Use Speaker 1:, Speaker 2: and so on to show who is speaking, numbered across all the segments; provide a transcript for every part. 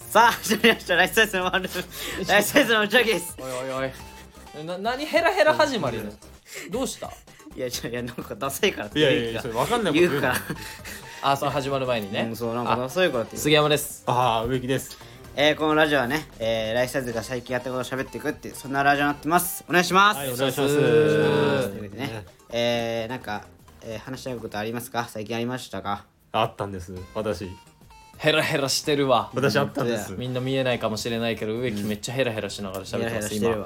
Speaker 1: さあ始まりましたライフサイズのライフサイズの内訳です。
Speaker 2: おいおいおい何ヘラヘラ始まりねどうした？
Speaker 1: いやなんかダサいからって
Speaker 3: いやそれ分かんないこと
Speaker 1: 言うから
Speaker 2: あ、そう始まる前にね、
Speaker 1: そうなんかダサいからって
Speaker 2: 杉山です。
Speaker 3: ああ植木です。
Speaker 1: このラジオはね、ライフサイズが最近やったことを喋っていくっていうそんなラジオになってます。お願いします。
Speaker 3: はいお願いします。
Speaker 1: というわけでね、なんか、話したいことありますか？最近ありましたか？
Speaker 3: あったんです私
Speaker 2: ヘラヘラしてるわ。
Speaker 3: あったんです。
Speaker 2: みんな見えないかもしれないけど植木めっちゃヘラヘラしながら喋ってます今。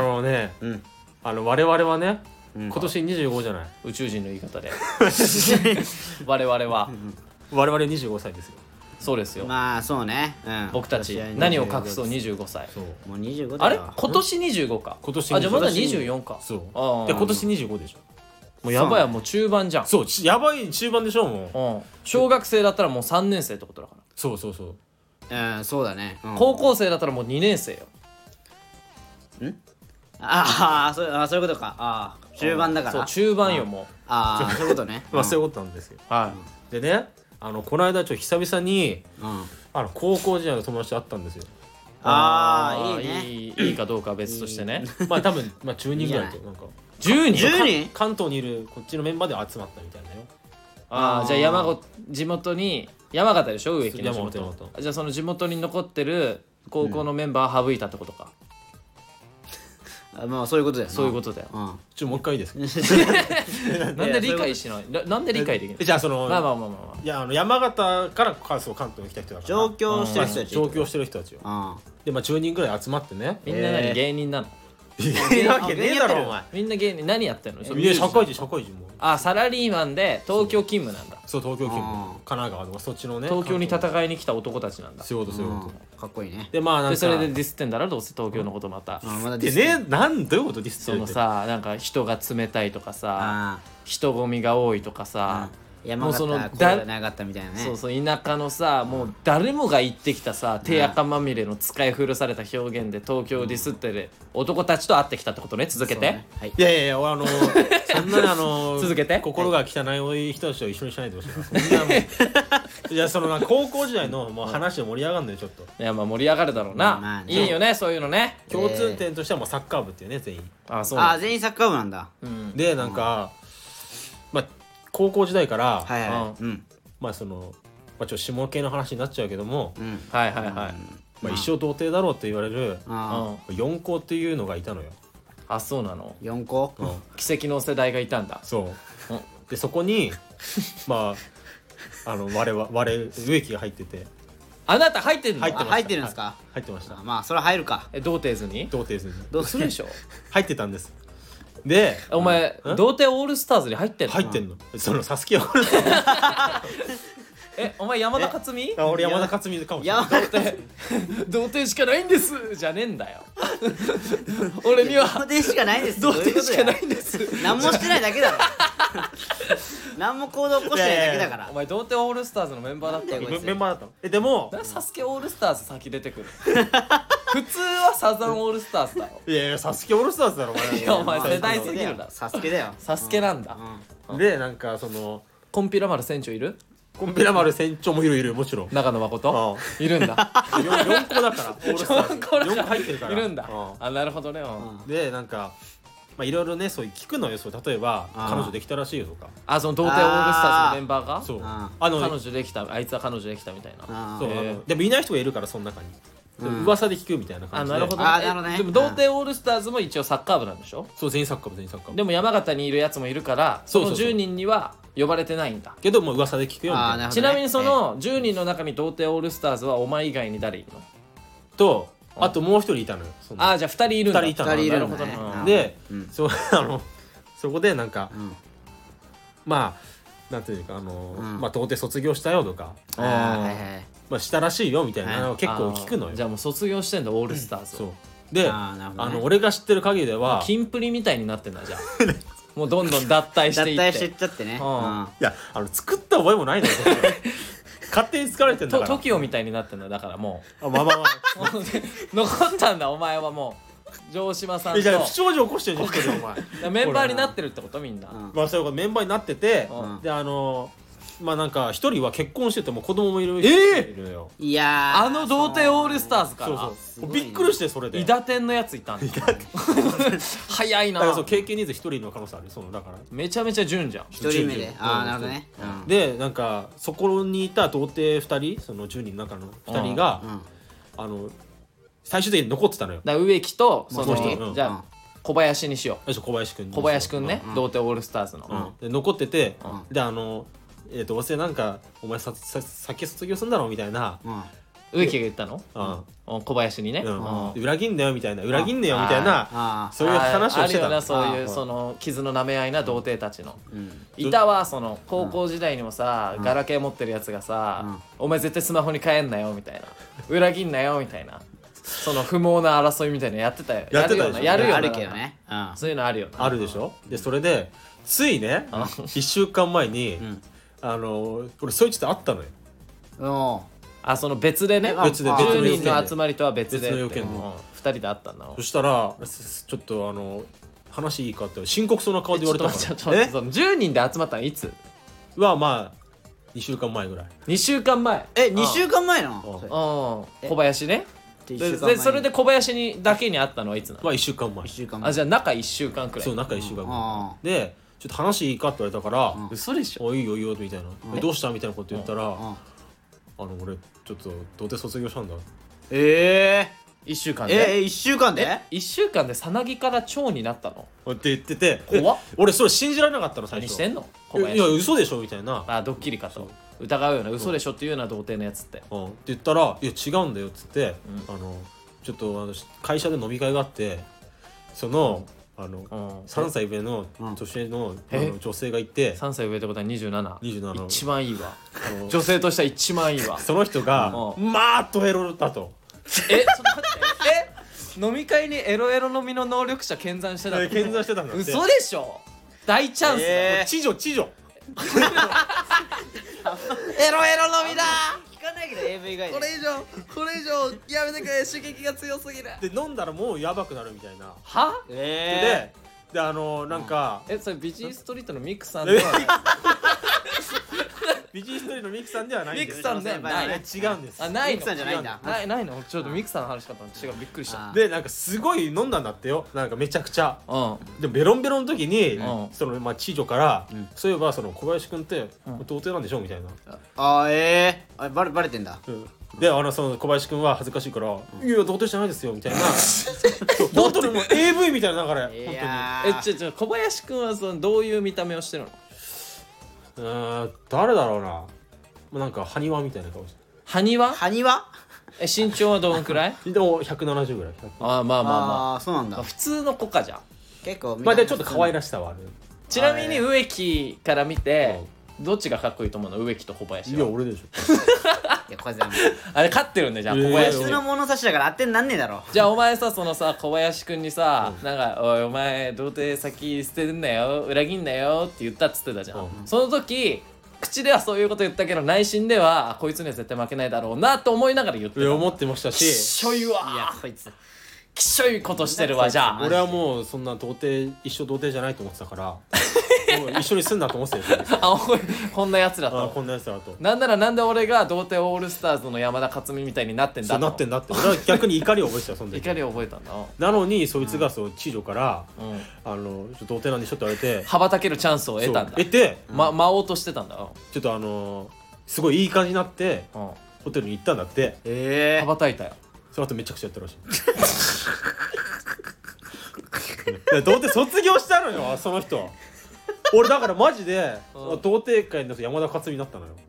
Speaker 3: 我々はね、今年25じゃない。
Speaker 2: 宇宙人の言い方で我々は
Speaker 3: 我々25歳ですよ。
Speaker 2: そうですよ。
Speaker 1: まあそうね、
Speaker 2: 僕たち何を隠そう25歳。
Speaker 3: そう
Speaker 1: もう25
Speaker 2: あれ
Speaker 1: だよ。
Speaker 2: 今年25か。
Speaker 3: 今年
Speaker 2: あ、じゃあまだ24か。
Speaker 3: そう
Speaker 2: あ
Speaker 3: で今年25でしょ。
Speaker 2: もうやばいや、もう中盤じゃん。
Speaker 3: そうやばい中盤でしょもう。
Speaker 2: 小学生だったらもう3年生ってことだから。
Speaker 3: そう
Speaker 1: そうだね、
Speaker 2: 高校生だったらもう2年生よ。
Speaker 1: そういうことか。中盤だから。
Speaker 2: そう中盤よもう。
Speaker 1: そういうことね。
Speaker 3: まあそういうことなんですよ。
Speaker 2: は
Speaker 3: でねこの間久々に
Speaker 1: うん
Speaker 3: 高校時代の友達と会ったんですよ。
Speaker 1: いいね。
Speaker 2: いいかどうかは別としてね。
Speaker 3: まあ多分10人ぐらいとなんか
Speaker 2: 10人
Speaker 1: 10人
Speaker 3: 関東にいるこっちのメンバーで集まったみたいなよ。
Speaker 2: じゃあ地元に山形でしょ植木の地元。
Speaker 3: 山形
Speaker 2: じゃあその地元に残ってる高校のメンバー省いたってことか。
Speaker 1: まあそういうことだよな。
Speaker 2: そういうことだよ。
Speaker 3: もう一回いいですか？
Speaker 2: なんで理解しないなんで理解できない？
Speaker 3: じゃあ
Speaker 2: まあ
Speaker 3: いや山形から関東に来た人だから
Speaker 1: 上京してる人たち。
Speaker 3: 上京してる人たちよ。で10人ぐらい集まってね。
Speaker 2: みんな何芸人なの？
Speaker 3: いいわけねえだろお前。
Speaker 2: みんな芸人何やってんの？
Speaker 3: いや社会人もう。
Speaker 2: サラリーマンで東京勤務なんだ。
Speaker 3: そう東京勤務神奈川とかそっちのね。
Speaker 2: 東京に戦いに来た男たちなんだ。
Speaker 3: そういうこと
Speaker 1: かっこいいね。
Speaker 3: でなんか
Speaker 2: それでディスってんだろどうせ東京のことまた。
Speaker 3: でねどういうことディスって
Speaker 2: そのさなんか人が冷たいとかさ人混みが多いとかさ。
Speaker 1: 山形はこうじゃなかったみたいなね。
Speaker 2: そう田舎のさもう誰もが行ってきたさ手垢まみれの使い古された表現で東京をディスってる男たちと会ってきたってことね。続けて。
Speaker 3: いやそんなに
Speaker 2: 続けて。
Speaker 3: 心が汚い人たちと一緒にしないでほしい。いや高校時代のもう話で盛り上がるのよちょっと。
Speaker 2: いやまあ盛り上がるだろうな。いいよねそういうのね。
Speaker 3: 共通点としてはもうサッカー部っていうね全員。
Speaker 1: 全員サッカー部なんだ。
Speaker 3: で高校時代からちょっと下系の話になっちゃうけども一生童貞だろうって言われる4校っていうのがいたのよ。
Speaker 2: あ、そうなの。
Speaker 1: 4校
Speaker 2: 奇跡の世代がいたんだ。
Speaker 3: そうでそこに我植木が入ってて。
Speaker 2: あなた入ってんの？
Speaker 1: 入ってるんですか？
Speaker 3: 入ってました。
Speaker 1: まあそれは入るか。
Speaker 2: 童貞図に
Speaker 3: 童貞図に
Speaker 2: どうするでしょ？
Speaker 3: 入ってたんです。で
Speaker 2: お前童貞オールスターズに入ってんの？
Speaker 3: 入ってんの。そのサスケオールスターズ。
Speaker 2: お前山田勝美？
Speaker 3: 俺山田勝美かもしれない。
Speaker 2: 童貞しかないんですじゃねえんだよ。俺には
Speaker 1: 童貞しかないんです。
Speaker 2: 童貞しかないんです。
Speaker 1: 何もしてないだけだろ。何も行動起こしてないだけだから。
Speaker 2: お前童貞オールスターズのメンバーだったよ。
Speaker 3: メンバーだったの。でも
Speaker 2: サスケオールスターズ先出てくる。普通はサザンオールスターズだろ。
Speaker 3: いやサスケオールスターズだろお前。
Speaker 2: いやお前世代すぎるな。
Speaker 1: サスケだよ。
Speaker 2: サスケなんだ。
Speaker 3: で
Speaker 2: コンピラ丸船長いる？
Speaker 3: コンピラ丸船長もいるもちろん。
Speaker 2: 長野誠いるんだ。
Speaker 3: 4個だからオールスターズ。4個入ってるから。
Speaker 2: いるんだ。なるほどね。
Speaker 3: でいろいろねそう聞くのよ。例えば彼女できたらしいよとか。
Speaker 2: その童貞オールスターズのメンバーが。
Speaker 3: そう
Speaker 2: 彼女できた。あいつは彼女できたみたいな。
Speaker 3: そうでもいない人がいるからその中に。噂で聞くみたいな感じで。
Speaker 2: なるほどね。でも童貞オールスターズも一応サッカー部なんでしょ？
Speaker 3: そう全員サッカー部。
Speaker 2: でも山形にいるやつもいるからその10人には呼ばれてないんだ
Speaker 3: けどもう噂で聞くよみたいな。
Speaker 2: ちなみにその10人の中に童貞オールスターズはお前以外に誰いるの？
Speaker 3: とあともう一人いたのよ。
Speaker 2: じゃあ2人いるんだ。
Speaker 3: 2人いたの。
Speaker 1: な
Speaker 3: るほどね。でそこでなんていうか童貞卒業したよとかしたらしいよみたいなのを結構聞くのよ。
Speaker 2: じゃあもう卒業してんだオールスターズ。
Speaker 3: そうで俺が知ってる限りでは
Speaker 2: キンプリみたいになってんだじゃあ。もうどんどん脱退していって。
Speaker 1: 脱退していっちゃってね。
Speaker 3: いや作った覚えもないんだよ。勝手に疲れてんだから。
Speaker 2: TOKIO みたいになってんだだからもう
Speaker 3: まあ
Speaker 2: 残ったんだお前はもう城島さんと。
Speaker 3: じゃあ不祥事起こしてるじゃんお前。
Speaker 2: メンバーになってるってことみんな。
Speaker 3: そういうことメンバーになっててでまあなんか一人は結婚してても子供もいるのよ。
Speaker 1: いやー
Speaker 2: あの童貞オールスターズから
Speaker 3: そう
Speaker 1: すごいね
Speaker 3: びっくりしてそれで
Speaker 2: 伊達天のやついたんだ早いな
Speaker 3: だからそう経験人数一人の可能性あるそのだから
Speaker 2: めちゃめちゃ順じゃん
Speaker 1: 一人目でああなるほどね
Speaker 3: でなんかそこにいた童貞2人その10人の中の2人が最終的に残ってたのよ。
Speaker 2: だから植木とそ
Speaker 3: もう一人
Speaker 2: のじゃあ小林にしよう。
Speaker 3: 小林くん
Speaker 2: 小林くんね童貞オールスターズの
Speaker 3: で残っててでどうせなんかお前先卒業すんだろみたいな
Speaker 2: 植木が言ったの小林にね
Speaker 3: 裏切んなよみたいな裏切んねよみたいなそういう話をしてた。
Speaker 2: あるよなそういうその傷の舐め合いな童貞たちのいたわ。その高校時代にもさガラケー持ってるやつがさお前絶対スマホに変えんなよみたいな裏切んなよみたいなその不毛な争いみたいなやってたよ。
Speaker 3: やってたでしょ。
Speaker 2: やるよ
Speaker 1: あるけどね
Speaker 2: そういうのあるよな。
Speaker 3: あるでしょ。でそれでついね1週間前に俺そいつと会ったのよ。
Speaker 2: その別でね
Speaker 3: 別で
Speaker 2: 10人の集まりとは別で
Speaker 3: 別の要件で
Speaker 2: 2人で会ったんだ。
Speaker 3: そしたらちょっと話いいかって深刻そうな顔で言われたから
Speaker 2: ちょっと待ってその10人で集まったのいつ
Speaker 3: はまあ2週間前ぐらい。
Speaker 2: 2週間前
Speaker 1: 2週間前な
Speaker 2: 小林ね。でそれで小林にだけに会ったのはいつなの。
Speaker 3: まあ1週間前。
Speaker 2: じゃあ中1週間くらい。
Speaker 3: そう中1週間前でちょっと話いいかって言われたから
Speaker 2: 嘘でしょ。
Speaker 3: いいよいいよみたいなどうしたみたいなこと言ったら俺ちょっと童貞卒業したんだ。
Speaker 2: 1週間で
Speaker 1: 1週間で
Speaker 2: 1週間でさなぎから蝶になったの
Speaker 3: って言ってて
Speaker 2: 怖っ。
Speaker 3: 俺それ信じられなかったの最初。
Speaker 2: 何してんの
Speaker 3: いや嘘でしょみたいな。
Speaker 2: ドッキリかと疑うような嘘でしょっていうような童貞のやつって
Speaker 3: って言ったらいや違うんだよっつってちょっと会社で飲み会があってその3歳上の年の女性がいて
Speaker 2: 3歳上ってことは
Speaker 3: 27
Speaker 2: 一番いいわ女性としては一番いいわ
Speaker 3: その人がまあっとエロだと。
Speaker 2: ちょっと待って飲み会にエロエロ飲みの能力者見参してたの。
Speaker 3: 見参してたんだって。
Speaker 2: 嘘でしょ。大チャンスだ。
Speaker 3: 知女
Speaker 2: エロエロ飲みだ。
Speaker 1: 聞かないけど AV 以外で
Speaker 2: これ以上やめてくれ。刺激が強すぎる。
Speaker 3: で飲んだらもうやばくなるみたいな。
Speaker 2: は
Speaker 3: でなんか
Speaker 2: それビジーストリートのミクさんではない。
Speaker 3: ビジーストリートのミクさんではないんです。
Speaker 2: ミクさんではない。
Speaker 3: 違うんです。
Speaker 2: ないの。
Speaker 1: ミクさんじゃないんだ。
Speaker 2: ないの。ちょっとミクさんの話かと思って違うびっくりした。
Speaker 3: でなんかすごい飲んだんだってよ。なんかめちゃくちゃでベロンベロンの時にその知女からそういえばその小林くんって童貞なんでしょみたいな。
Speaker 1: バレてんだ。
Speaker 3: でその小林くんは恥ずかしいから「いや童貞じゃないですよ」みたいな本当にもう AV みたいな流れ。本当に
Speaker 2: 小林くんはそのどういう見た目をしてるの。
Speaker 3: 誰だろうな。なんか埴輪みたいな顔してる。
Speaker 2: 埴輪身長はどのくらい。
Speaker 3: でも170ぐらい。
Speaker 2: まあ
Speaker 1: そうなんだ。
Speaker 2: 普通の子かじゃん。
Speaker 1: 結構
Speaker 3: でちょっと可愛らしさはある。
Speaker 2: ちなみに植木から見てどっちがかっこいいと思うの。植木と小林は。
Speaker 3: いや俺でしょ。
Speaker 1: いやこれ全部
Speaker 2: あれ勝ってるんだじゃあ小林。
Speaker 1: 普通の物差しだから当てになんねえだろ。
Speaker 2: じゃあお前さそのさ小林くんにさなんか「おいお前童貞先捨てるんだよ裏切んなよ」って言ったっつってたじゃん。その時口ではそういうこと言ったけど内心ではこいつには絶対負けないだろうなと思いながら言ってた。
Speaker 3: 思ってましたし。
Speaker 2: きっしょいわ。
Speaker 1: いやこいつ
Speaker 2: きっしょいことしてるわ。じゃあ
Speaker 3: 俺はもうそんな童貞一生童貞じゃないと思ってたからもう一緒に住んだと思ってたよ。
Speaker 2: こんなやつだと。
Speaker 3: こんなやつだと。
Speaker 2: なんで俺が童貞オールスターズの山田勝美みたいになってんだと。
Speaker 3: そうなってんだって。俺は逆に怒りを覚えてたよその時。
Speaker 2: 怒りを覚えたんだ。
Speaker 3: なのにそいつがそう知女から童貞なんでしょって言われて
Speaker 2: 羽ばたけるチャンスを得たんだ。
Speaker 3: 得て
Speaker 2: 舞おうとしてたんだ。
Speaker 3: ちょっとすごいいい感じになってホテルに行ったんだって。
Speaker 2: 羽ばたいたよ。
Speaker 3: その後めちゃくちゃやったらしい。童貞卒業したのよその人。俺だからマジで童貞界の山田勝美になったのよ。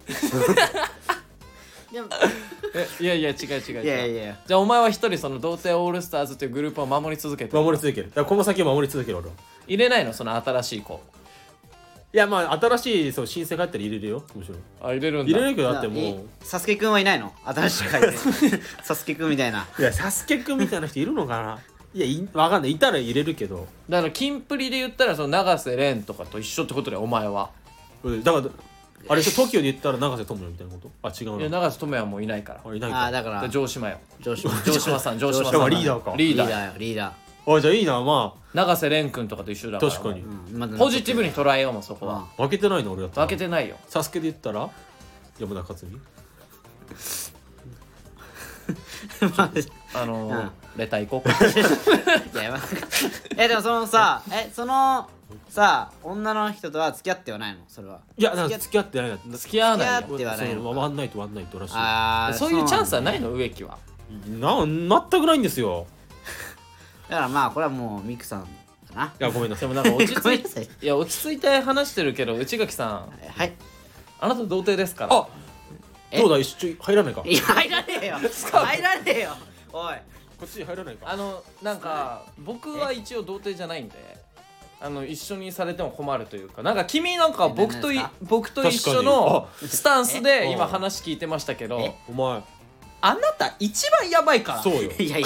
Speaker 2: いや違う。
Speaker 1: いや
Speaker 2: じゃあお前は一人その童貞オールスターズというグループを守り続けてる。
Speaker 3: 守り続ける。だからこの先守り続ける俺は。
Speaker 2: 入れないのその新しい子。
Speaker 3: いや新しい新生があったら入れるよもちろん。
Speaker 2: 入れるんだ。
Speaker 3: 入れるけどだってもう
Speaker 1: サスケくんはいないの。新しい回でサスケくんみたいな。
Speaker 3: いやサスケくんみたいな人いるのかな。いやわかんない。いたら入れるけど。
Speaker 2: だからキンプリで言ったらその永瀬廉とかと一緒ってことだよお前は。
Speaker 3: だからあれTOKIOで言ったら永瀬智也みたいなこと。違うな。
Speaker 2: いや永瀬智也はもういないから。
Speaker 3: いないか。
Speaker 1: だから
Speaker 2: 城島よ。
Speaker 1: 城島
Speaker 2: さん。
Speaker 3: リーダーか。
Speaker 2: リーダー。
Speaker 3: じゃあいいな。ま
Speaker 2: 永瀬廉君とかと一緒だから
Speaker 3: 確かに
Speaker 2: ポジティブに捉えようもそこは、
Speaker 3: 負けてないの俺だったら。
Speaker 2: 負けてないよ。
Speaker 3: サスケで言ったら山田勝美。
Speaker 2: レター行こうか。
Speaker 1: いやでもそのさそのさ女の人とは付き合ってはないのそれは。
Speaker 3: いや、付き合ってないな。
Speaker 2: 付き合わないよ。
Speaker 1: 付き合ってはないのか。
Speaker 3: ワンナイトらしい。
Speaker 2: そういうチャンスはないの植木は。
Speaker 3: 全くないんですよ。
Speaker 1: だからまあこれはもうミクさんかな。
Speaker 3: いや、ごめんなさい。
Speaker 2: でもなんか落ち着い
Speaker 1: ごめんなさい。
Speaker 2: いや落ち着いて話してるけど内垣さん
Speaker 1: はい
Speaker 2: あなた童貞ですから。
Speaker 3: あ、どうだ、一緒入らないか。
Speaker 1: いや入らねえよ入らねえよおい。
Speaker 3: こっちに入らないか。
Speaker 2: なんか僕は一応童貞じゃないんで一緒にされても困るというか、なんか君なんか僕と一緒のスタンスで今話聞いてましたけど、
Speaker 3: お前
Speaker 2: あなた一番やばいから。
Speaker 3: そうよ。
Speaker 1: いや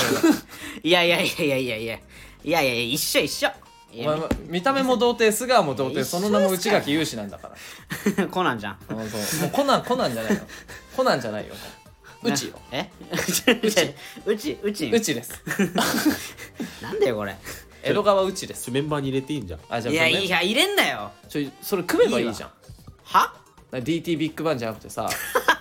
Speaker 1: 一緒
Speaker 2: お前見た目も童貞、素顔も童貞、その名も内垣勇士なんだから。
Speaker 1: コナンじゃん。
Speaker 2: そうもうコナンじゃないよ。コナンじゃないよ。うちよ。
Speaker 1: うち
Speaker 2: です
Speaker 1: なんだよこれ。
Speaker 2: 江戸川うちです。
Speaker 3: メンバーに入れていいんじゃん。
Speaker 2: あ、じゃあ
Speaker 1: いや入れんなよ。
Speaker 2: それ組めばいいじゃん。
Speaker 1: は
Speaker 2: DT ビッグバンじゃなくてさ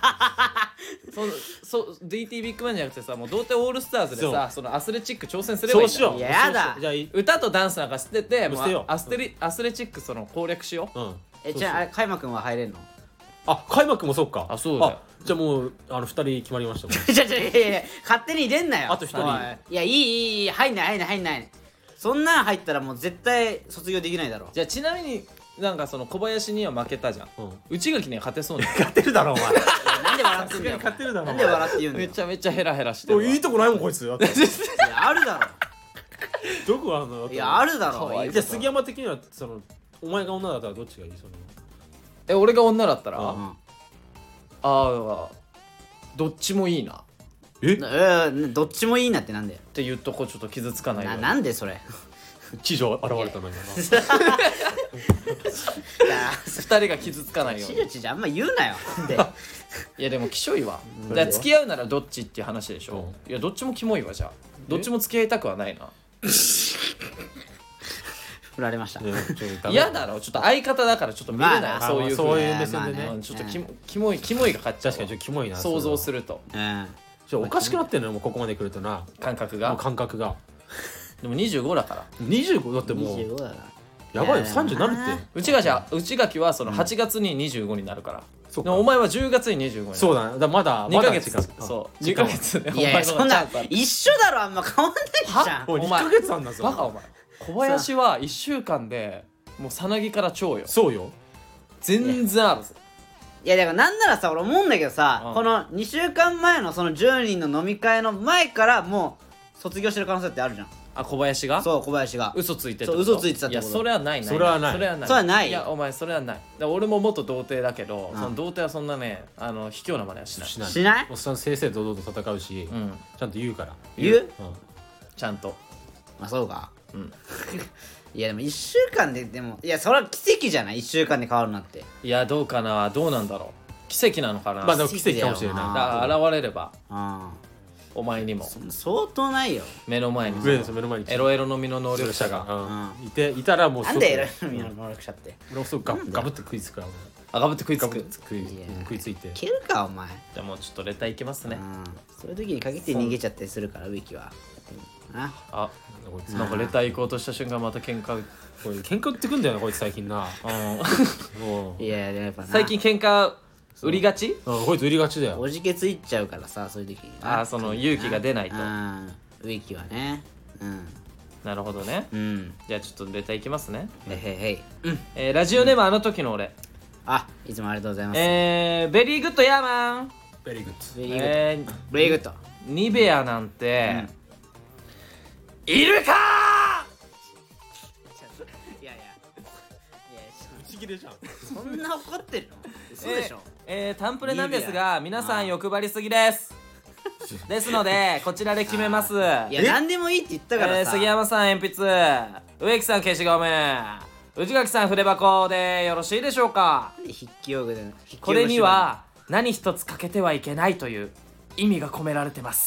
Speaker 2: DT ビッグバンじゃなくてさ、もう童貞オールスターズでさ、そのアスレチック挑戦すればいいじゃん。
Speaker 3: そうしよう。
Speaker 1: いややだ。
Speaker 3: じゃあいい。
Speaker 2: 歌とダンスなんか捨てて、も
Speaker 3: 捨てよう
Speaker 2: うアスレチックその攻略しよう。
Speaker 1: じゃあ開幕は入れんの？
Speaker 3: 開幕もそうか。
Speaker 2: あ、そうだよ。
Speaker 3: じゃあもう2人決まりましたもん。
Speaker 1: いや勝手に入れんなよ。
Speaker 3: あと一人。
Speaker 1: いやいい入んないそんなん入ったらもう絶対卒業できないだろ。
Speaker 2: じゃあちなみになんかその小林には負けたじゃん。内垣には勝てそうな。
Speaker 3: 勝てるだろお前。
Speaker 1: なんで笑ってんだよ。
Speaker 3: 勝てるだろ。
Speaker 1: なんで笑って言うんだよ。
Speaker 2: めちゃめちゃヘラヘラしてるわ。
Speaker 3: いいとこないもんこいつ。
Speaker 1: いやあるだろ。
Speaker 3: どこあんの？
Speaker 1: いやあるだろ。
Speaker 2: かわいい
Speaker 3: じゃあ杉山的にはお前が女だったらどっちがいい？
Speaker 2: 俺が女だったら
Speaker 1: うん
Speaker 2: どっちもいいなっ
Speaker 1: どっちもいいなってなんだよ。
Speaker 2: ていうとこちょっと傷つかないように。
Speaker 1: なんでそれ。
Speaker 3: 地上現れたの今。
Speaker 2: 二人が傷つかないように。
Speaker 1: ちじゃあんま言うなよ。
Speaker 2: いやでもきしょいわ。だから付き合うならどっちっていう話でしょ。いやどっちもキモいわ。じゃあどっちも付き合いたくはないな。
Speaker 1: 振られました。
Speaker 2: 嫌だろ。ちょっと相方だからちょっと見れない。そういう
Speaker 3: そういう
Speaker 2: 風
Speaker 3: 目線でね。
Speaker 2: ちょっとキモいが勝っちゃう。
Speaker 3: 確かにちょっとキモいな。
Speaker 2: 想像すると
Speaker 3: おかしくなってんのよもうここまで来るとな。
Speaker 2: 感覚
Speaker 3: もう
Speaker 2: が。
Speaker 3: 感覚が。
Speaker 2: でも25だから。
Speaker 3: 25だってもう
Speaker 1: 25だな。
Speaker 3: やばいよ30になるって。
Speaker 2: 内垣はその8月に25になるから。でもお前は10月に25になる。
Speaker 3: そうだね。だまだ
Speaker 2: 2ヶ月
Speaker 3: 時間。
Speaker 2: そう2ヶ月ね。
Speaker 1: いやそんな一緒だろ。あんま変わんないじゃん。
Speaker 3: もう2ヶ月あんだぞ。
Speaker 2: バカお前。小林は1週間でもうさなぎから蝶よ。
Speaker 3: そうよ。
Speaker 2: 全然あるぞ。
Speaker 1: いやだからなんならさ俺思うんだけどさ、
Speaker 2: うん
Speaker 1: この2週間前のその10人の飲み会の前からもう卒業してる可能性ってあるじゃん。
Speaker 2: あ、小林が
Speaker 1: そう小林が
Speaker 2: 嘘ついて
Speaker 1: そう嘘ついてたってこと。
Speaker 2: いやそれはない。
Speaker 3: それはない
Speaker 1: それはない
Speaker 2: いやお前それはない。だから俺も元童貞だけど、
Speaker 1: うん
Speaker 2: その童貞はそんなね卑怯な真似はしない。
Speaker 3: し
Speaker 1: しない
Speaker 3: おっさん正々堂々と戦うし
Speaker 2: うん
Speaker 3: ちゃんと言うから。
Speaker 1: 言う？
Speaker 2: ちゃんと。
Speaker 1: まあそうか。
Speaker 2: うん
Speaker 1: いやでも1週間ででもいやそれは奇跡じゃない。1週間で変わるなって。
Speaker 2: いやどうかな。どうなんだろう。奇跡なのかな。
Speaker 3: まあでも奇跡かもしれ
Speaker 1: あ
Speaker 3: な
Speaker 2: だから現れれば
Speaker 1: あ
Speaker 2: お前にも
Speaker 1: あ相当ないよ。
Speaker 2: 目の前に
Speaker 3: 上です目の前に
Speaker 2: エロエロの身の能力者が
Speaker 3: がいたらもう
Speaker 1: なんでエロいのみんな能力者って。
Speaker 3: 俺もそうガブって食いつくから
Speaker 2: ガブって食いつく。
Speaker 3: ガブって食いついて。
Speaker 1: いけるかお前。
Speaker 2: じゃあもうちょっとレターいけますね。
Speaker 1: そういう時に限って逃げちゃったりするから植木は。な
Speaker 2: あ、
Speaker 3: こいつ
Speaker 2: なんかレター行こうとした瞬間また喧嘩。
Speaker 3: これ喧嘩売ってくんだよなこいつ最近な。もう
Speaker 1: いややっぱな
Speaker 2: 最近喧嘩売りがち？
Speaker 3: こいつ売りがちだよ。
Speaker 1: おじけついちゃうからさそういう時にな。
Speaker 2: その勇気が出ないと。
Speaker 1: 植木はね。
Speaker 2: なるほどね。
Speaker 1: うん
Speaker 2: じゃあちょっとレターいきますね。
Speaker 1: へい。
Speaker 2: ラジオネームあの時の俺。
Speaker 1: あいつもありがとうございます。
Speaker 2: ベリーグッドヤーマン。
Speaker 3: ベリーグッ
Speaker 1: ベリーグッドベリーグッド。
Speaker 2: ニベアなんているか
Speaker 1: いや
Speaker 3: ド。ちぎれじゃん。
Speaker 1: そんな怒ってるの？嘘でしょ。
Speaker 2: タンプレなんですが皆さん欲張りすぎですですのでこちらで決めます。
Speaker 1: いや何でもいいって言ったからさ。
Speaker 2: 杉山さん鉛筆、植木さん消しゴム、内垣さん筆箱でよろしいでしょうか。
Speaker 1: 筆記用具で
Speaker 2: これには何一つ欠けてはいけないという意味が込められてます。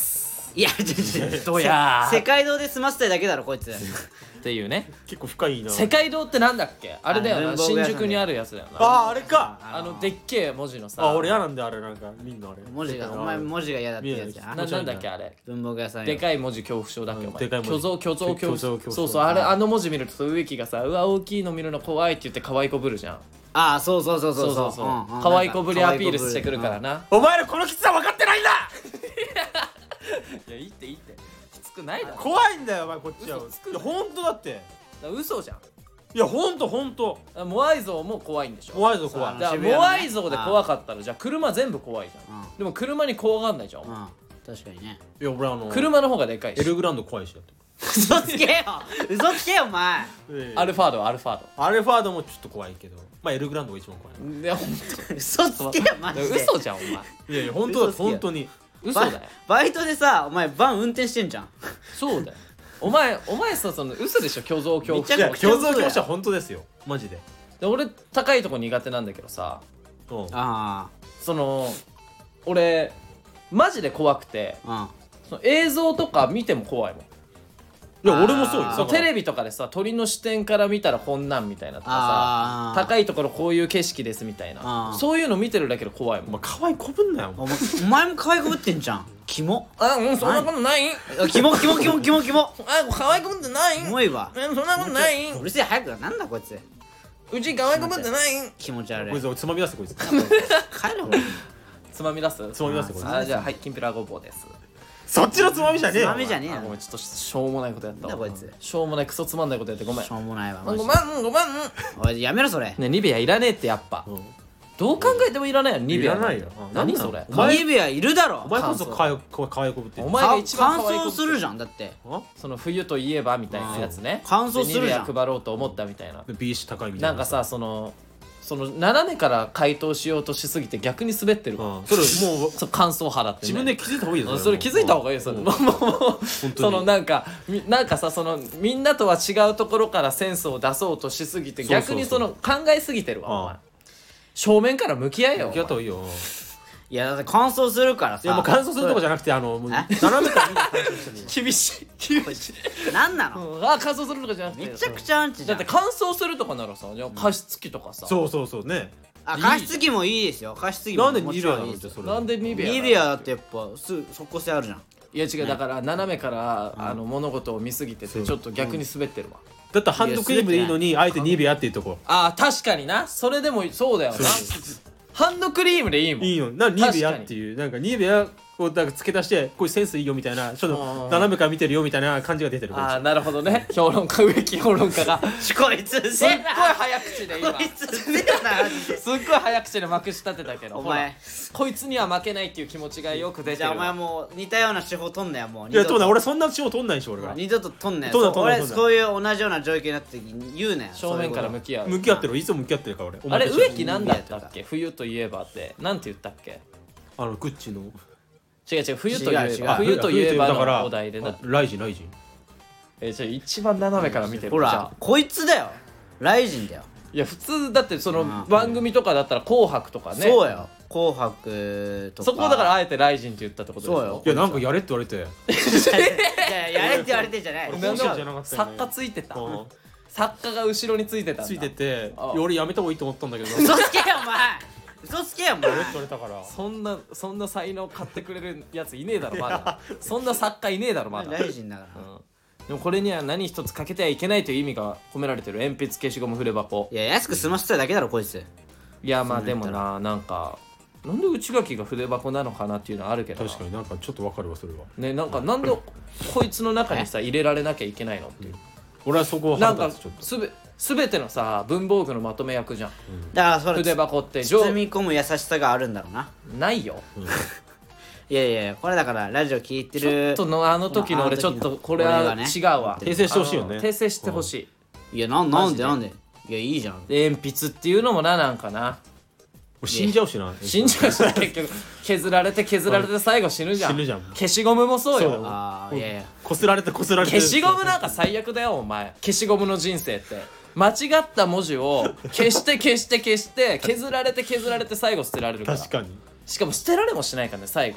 Speaker 1: いや
Speaker 2: どうや
Speaker 1: 世界堂で済ませたいだけだろこいつ
Speaker 2: っていうね。
Speaker 3: 結構深いな。
Speaker 2: 世界堂ってなんだっけ、あれだよな、新宿にあるやつだよな。
Speaker 3: あれか。
Speaker 2: でっけえ文字のさ。
Speaker 3: 俺嫌なんだよあれ、なんか見んのあれ。
Speaker 1: 文字がお前文字が嫌だってやつじゃん。
Speaker 2: なんだっけあれ、
Speaker 1: 文房具屋さん
Speaker 2: でかい文字恐怖症だっけお前。
Speaker 3: でかい文字
Speaker 2: 虚像そうそう、あの文字見ると植木がさ、うわ大きいの見るの怖いって言って可愛いこぶるじゃん。
Speaker 1: ああそうそう
Speaker 2: 可愛いこぶりアピールしてくるからな。
Speaker 3: お前らこのきつさ分かってないんだ。
Speaker 2: いやいいってきつくないだろ。
Speaker 3: 怖いんだよお前こっちは。いや本当だって。
Speaker 2: 嘘じゃん。
Speaker 3: いや本当
Speaker 2: モアイ像も怖いんでしょ。
Speaker 3: モアイ像怖い。
Speaker 2: じゃあモアイ像で怖かったらじゃあ車全部怖いじゃん。でも車に怖がんないじゃん。
Speaker 1: 確かにね。
Speaker 3: いや俺
Speaker 2: 車の方がでかいし。
Speaker 3: エルグランド怖いしだって。
Speaker 1: 嘘つけよ嘘つけよお前。
Speaker 2: アルファード
Speaker 3: アルファードもちょっと怖いけど、まあエルグランドが一番怖い。
Speaker 2: いや本当
Speaker 1: 嘘つけよマジで。
Speaker 2: 嘘じゃんお前。
Speaker 3: いや本当だ本当に
Speaker 2: 嘘だよ。
Speaker 1: バイトでさお前バン運転してんじゃん。
Speaker 2: そうだよ。お前さ、その嘘でしょ、虚像恐怖症。
Speaker 3: いや虚像恐怖症は本当ですよマジで。
Speaker 2: 俺高いとこ苦手なんだけどさ、その俺マジで怖くて、その映像とか見ても怖いもん。
Speaker 3: いや俺もそうよ。
Speaker 2: テレビとかでさ、鳥の視点から見たらこんなんみたいなとかさ、高いところこういう景色ですみたいな、そういうの見てるだけで怖いもん。
Speaker 3: 可愛いこぶんなよ。
Speaker 1: お前も可愛いこぶってんじゃん。キモ。
Speaker 2: そんなことない。
Speaker 1: キモ。
Speaker 2: 可愛いこぶってない。
Speaker 1: キモいわ。
Speaker 2: そんなことない。
Speaker 1: うるせえ早く。なんだこいつ。
Speaker 2: うち可愛いこぶってない。
Speaker 1: 気持ち悪い。
Speaker 3: こいつつまみ出せこいつ。
Speaker 1: 帰れほら。
Speaker 2: つまみ出すこいつ。じゃあはい、きんぴらごぼうです。
Speaker 3: そっちのつまみじゃねえよ。
Speaker 1: つまみじゃねえよ。
Speaker 2: ごめん、ちょっとしょうもないことやったわ。
Speaker 1: こいつ
Speaker 2: しょうもないクソつまんないことやってごめん。
Speaker 1: しょうもないわ。
Speaker 2: ごめん。
Speaker 1: おいやめろそれ。
Speaker 2: ね、ニベアいらねえってやっぱ。どう考えてもいらないよ、ニベア。
Speaker 3: いらないよ。
Speaker 2: 何それ。
Speaker 1: ニベアいるだろ。
Speaker 3: お前こそ可愛いこぶってる。
Speaker 2: お前が一番
Speaker 1: 乾燥するじゃんだって。
Speaker 2: その冬といえばみたいなやつね。
Speaker 1: 乾燥するじゃん。
Speaker 2: ニベア配ろうと思ったみたいな。
Speaker 3: ビーシ高いみたいな。
Speaker 2: なんかさ、その斜めから回答しようとしすぎて逆に滑ってるわ。
Speaker 3: それもう
Speaker 2: 乾燥肌って
Speaker 3: 自分で気づいた方がいいよ。
Speaker 2: それ気づいた方がいいよ。そのなんかさ、そのみんなとは違うところからセンスを出そうとしすぎて逆にその考えすぎてるわお前。正面から向き合えよ。
Speaker 3: 向き合った方がいいよ。
Speaker 1: いやだって乾燥するからさ。
Speaker 3: いやもう乾燥するとこじゃなくて斜めから見る乾燥して
Speaker 2: 厳しい。
Speaker 1: なんなの？
Speaker 2: 乾燥するとかじゃなくて。
Speaker 1: めちゃくちゃアンチじゃん。
Speaker 2: だって乾燥するとかならさ、加湿器とかさ。
Speaker 3: そうね。
Speaker 1: 加湿器もいいですよ。加湿器も
Speaker 3: なんでニベアなの？
Speaker 2: なんでニベア？
Speaker 1: ニベアだってやっぱ即効性あるじゃん。
Speaker 2: いや違う、だから斜めから物事を見すぎててちょっと逆に滑ってるわ。
Speaker 3: だってハンドクリームでいいのにあえてニベアっていうとこ。
Speaker 2: ああ確かにな。それでもそうだよな。ハンドクリームでいいもん。
Speaker 3: いいの。ニベアっていうなんかニベアをなんか付け足してこういうセンスいいよみたいな、ちょっと斜めから見てるよみたいな感じが出てる。
Speaker 2: ああなるほどね。植木評論家が
Speaker 1: こいつ
Speaker 2: すっごい早口で今。
Speaker 1: こいつすっご
Speaker 2: い早口でまくし立てたけど、
Speaker 1: お前
Speaker 2: こいつには負けないっていう気持ちがよく出てる。
Speaker 1: じゃあお前もう似たような手法取んなよもう。
Speaker 3: いや取んない。俺そんな手法取んないでしょ俺が。
Speaker 1: 二度と取んなよ。
Speaker 3: 俺
Speaker 1: そういう同じような状況になった時に言うなよ。
Speaker 2: 正面から向き合う。
Speaker 3: 向き合ってる。いつも向き合ってるから俺。
Speaker 2: あれ植木なんだったっけ？冬といえばってなんて言ったっけ？
Speaker 3: グッチの
Speaker 2: 違う冬といえばのお題でな。
Speaker 3: ライジン。
Speaker 2: じゃあ一番斜めから見てる。
Speaker 1: ほらこいつだよ。ライジンだよ。
Speaker 2: いや普通だってその番組とかだったら紅白とかね。
Speaker 1: そうよ。紅白とか。
Speaker 2: そこだからあえてライジンって言ったってことでしょ。
Speaker 1: そうよ。
Speaker 3: いやなんかやれって言われて。
Speaker 1: いややれって言われてんじゃない。
Speaker 2: 作家ついてた。作家が後ろについてたんだ。
Speaker 3: ついてて俺やめた方がいいと思ったんだけど。
Speaker 1: 嘘つけよお前。嘘つけよお前。
Speaker 2: そんな才能買ってくれるやついねえだろまだ。そんな作家いねえだろまだ。
Speaker 1: ライジンだから。
Speaker 2: でもこれには何一つかけてはいけないという意味が込められてる鉛筆消しゴム筆箱。
Speaker 1: いや安く済ませただけだろこいつ。
Speaker 2: いやまあでもなんかなんで内垣が筆箱なのかなっていうのはあるけど。
Speaker 3: 確かになんかちょっとわかるわそれは。
Speaker 2: ねなんでこいつの中にさ入れられなきゃいけないのっていう。
Speaker 3: 俺はそこを
Speaker 2: なんか全てのさ文房具のまとめ役じゃん。
Speaker 1: だからそれ
Speaker 2: 筆箱って
Speaker 1: 包み込む優しさがあるんだろうな。
Speaker 2: ないよ。
Speaker 1: いやこれだからラジオ聞いてる
Speaker 2: ちょっとあの時の俺ちょっとこれは違うわ。
Speaker 3: 訂正してほしいよね。
Speaker 2: 訂正してほし
Speaker 1: い。いやなんでいやいいじゃん。
Speaker 2: 鉛筆っていうのもなんかな
Speaker 3: 死んじゃうしな。
Speaker 2: 死んじゃうしな。結局削られて最後死ぬじゃん。消しゴムもそうよ。
Speaker 1: ああいや
Speaker 3: こすられて消
Speaker 2: しゴムなんか最悪だよお前。消しゴムの人生って間違った文字を消して削られて最後捨てられるから。
Speaker 3: 確かに。
Speaker 2: しかも捨てられもしないからね最後。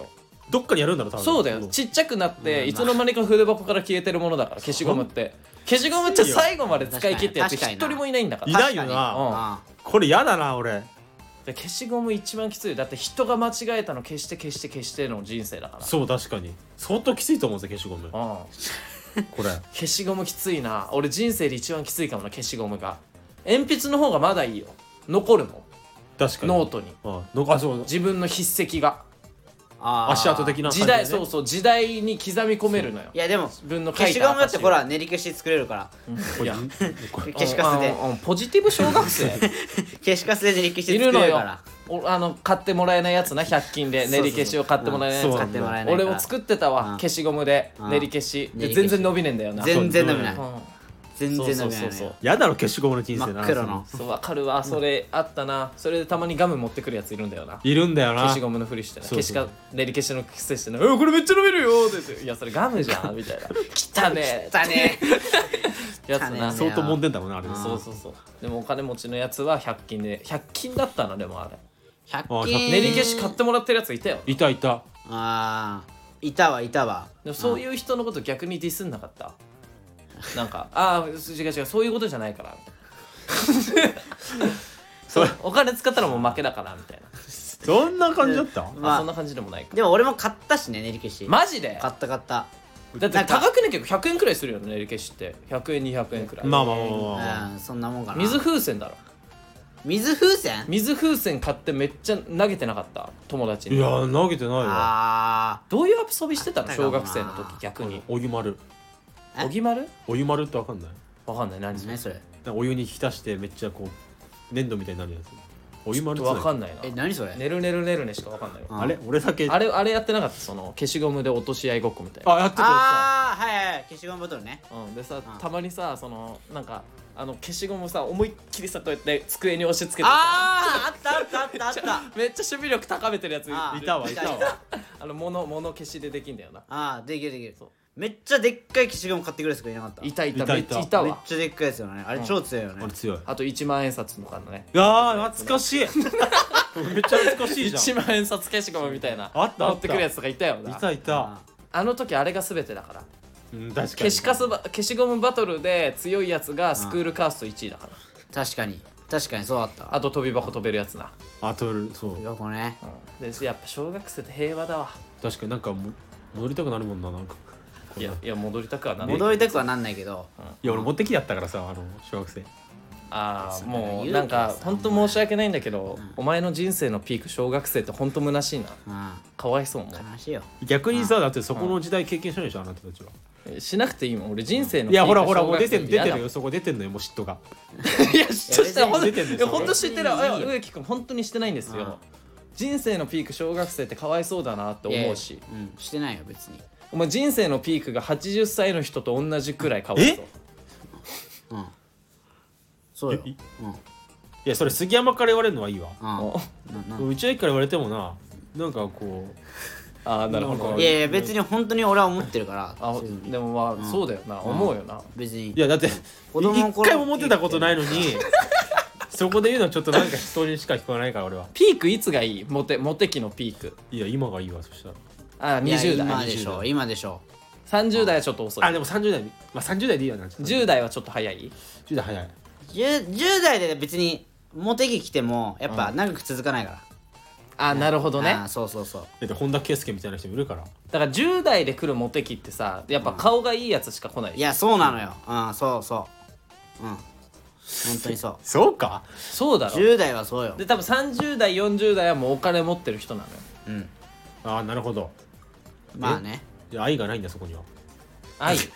Speaker 3: どっかにやるんだろ多分。
Speaker 2: そうだよ、ちっちゃくなっていつの間にか筆箱から消えてるものだから、消しゴムって。消しゴムって最後まで使い切ったやつ一人もいないんだから。
Speaker 3: いないよな。これやだな俺。
Speaker 2: で消しゴム一番きつい。だって人が間違えたの消して消して消しての人生だから。
Speaker 3: そう確かに相当きついと思うぜ消しゴム。これ
Speaker 2: 消しゴムきついな。俺人生で一番きついかもな、消しゴムが。鉛筆の方がまだいいよ、残るの。
Speaker 3: 確かに
Speaker 2: ノートに
Speaker 3: そう
Speaker 2: 自分の筆跡が
Speaker 3: 足跡的な
Speaker 2: 時代、そうそう、時代に刻み込めるのよ。
Speaker 1: いやでも
Speaker 2: 自分の書
Speaker 1: 消
Speaker 2: いた
Speaker 1: しゴムだってほら練り消し作れるから、
Speaker 2: いや
Speaker 1: 消しカスで
Speaker 2: ポジティブ小学生
Speaker 1: 消しカスで練り消し
Speaker 2: いるのよ
Speaker 1: 作れるから。
Speaker 2: 買ってもらえないやつな、100均で練り消しを買ってもらえないやつ。
Speaker 1: 買ってもらえないから
Speaker 2: 俺も作ってたわ、消しゴムで練り消しで全然伸びねえんだよな。
Speaker 1: 全然伸びない、全然伸びない
Speaker 2: そうそう。
Speaker 3: やだろ消しゴムの人生な。
Speaker 1: 真っ黒の。
Speaker 2: そう、わかるわ、それあったな。それでたまにガム持ってくるやついるんだよな。
Speaker 3: いるんだよな。
Speaker 2: 消しゴムのふりしてね、
Speaker 3: そうそう
Speaker 2: 練り消しの癖してね、これめっちゃ伸びるよって言って、いやそれガムじゃんみたいな。汚ね
Speaker 1: だね
Speaker 2: やつな。
Speaker 3: 相当揉んでんだもんなあれ。
Speaker 2: そうそうそう。でもお金持ちのやつは100均で、100均だったな。でもあれ
Speaker 1: 100均
Speaker 2: 練り消し買ってもらってるやついたよ。
Speaker 3: いたいた。
Speaker 1: いたわいたわ。
Speaker 2: でもそういう人のこと逆にディスんなかった？なんか違う違う、そういうことじゃないからみたいな。そう、お金使ったらもう負けだからみたいな。
Speaker 3: そんな感じだった？
Speaker 2: そんな感じでもないか。
Speaker 1: でも俺も買ったしね、練り消し。
Speaker 2: マジで？
Speaker 1: 買った。
Speaker 2: だって高くね、結構100円くらいするよね、練り消しって。100円200円くらい。
Speaker 3: まあ
Speaker 1: そんなもんかな。
Speaker 2: 水風船だろ。
Speaker 1: 水風船
Speaker 2: 買ってめっちゃ投げてなかった？友達に。
Speaker 3: いや投げてないわ。
Speaker 2: どういう遊びしてたの小学生の時？逆に
Speaker 3: お湯丸。
Speaker 2: おぎまる？
Speaker 3: お湯丸ってわかんない？
Speaker 2: わかんない。何
Speaker 1: それ？
Speaker 3: お湯に浸してめっちゃこう粘土みたいになるやつ。お湯丸って
Speaker 2: わかんないな。
Speaker 1: 何それ？
Speaker 2: ねるねるねるねしかわかんないよ。
Speaker 3: あれ俺だけ
Speaker 2: あれやってなかった？その消しゴムで落とし合いごっこみたいな。
Speaker 3: やってた。
Speaker 1: はい消しゴムボトルね。
Speaker 2: でさ、たまにさ、そのなんか消しゴムさ、思いっきりさ、こうやって机に押し付けて、
Speaker 1: あった
Speaker 2: めっちゃ守備力高めてるやつい
Speaker 3: たわ。
Speaker 2: 物消しでできんだよな。
Speaker 1: できる。めっちゃでっかい消しゴム買ってくるやつがいなかった？
Speaker 2: いためっちゃいたわ。
Speaker 1: めっちゃでっかいやつよね。あれ超強いよね。
Speaker 3: あれ強い。
Speaker 2: あと1万円札とかのね。
Speaker 3: いや懐かしい。めっちゃ懐かしいじゃん。
Speaker 2: 1万円札消しゴムみたいな持ってくるやつとかいたよな。
Speaker 3: いた。
Speaker 2: あの時あれが全てだから。
Speaker 3: 確かに。
Speaker 2: 消しゴムバトルで強いやつがスクールカースト1位だから。
Speaker 1: 確かにそうだった。
Speaker 2: あと飛び箱飛べるやつな。
Speaker 3: そう
Speaker 1: 飛び箱ね。
Speaker 2: でやっぱ小学生って平和だわ。
Speaker 3: 確かになんか戻りたくなるもんな。なんか
Speaker 2: いや戻りたくは
Speaker 1: なんないけど。
Speaker 3: いや俺持ってきやったからさ、小学生。
Speaker 2: もうなんか本当申し訳ないんだけど、お前の人生のピーク小学生って本当虚しいな。かわいそうもん。
Speaker 1: 悲しいよ。
Speaker 3: 逆にさ、だってそこの時代経験しないでしょ、あなたたちは。
Speaker 2: しなくていいもん。俺人生の
Speaker 3: いやほらもう出てるよ。そこ出てんのよ、もう嫉妬が。
Speaker 2: いや嫉妬した。本当知ってる。植木君本当にしてないんですよ。人生のピーク小学生ってかわいそうだなって思うし。
Speaker 1: してないよ別に。
Speaker 2: お前人生のピークが80歳の人と同じくらいかわいそう。
Speaker 1: そうよ。
Speaker 3: いやそれ杉山から言われるのはいいわ。うちの駅から言われてもな、なんかこう
Speaker 2: なるほど。
Speaker 1: いや別に本当に俺は思ってるから。
Speaker 2: でもそうだよな、思うよな。
Speaker 1: 別に。
Speaker 3: いやだって一回も思ってたことないのにそこで言うのはちょっとなんか人にしか聞こえないから俺は。
Speaker 2: ピークいつがいい？モテ期のピーク。
Speaker 3: いや今がいいわ。そしたら
Speaker 2: 20代。
Speaker 1: 今でしょ。
Speaker 2: 30代はちょっと遅い。
Speaker 3: でも30代30代でいいよな。
Speaker 2: 10代はちょっと早い。
Speaker 3: 10代早い。
Speaker 1: 10代で別にモテ期来てもやっぱ長く続かないから。
Speaker 2: なるほどね。
Speaker 1: そう。
Speaker 3: 本田圭佑みたいな人もいるから。
Speaker 2: だから10代で来るモテ期ってさ、やっぱ顔がいいやつしか来ない。
Speaker 1: いやそうなのよ。そう本当にそう。
Speaker 3: そうか。
Speaker 2: そうだろ。
Speaker 1: 10代はそうよ。
Speaker 2: で多分30代40代はもうお金持ってる人なのよ。
Speaker 3: なるほど。
Speaker 1: まあね。
Speaker 3: 愛がないんだそこには。
Speaker 2: 愛が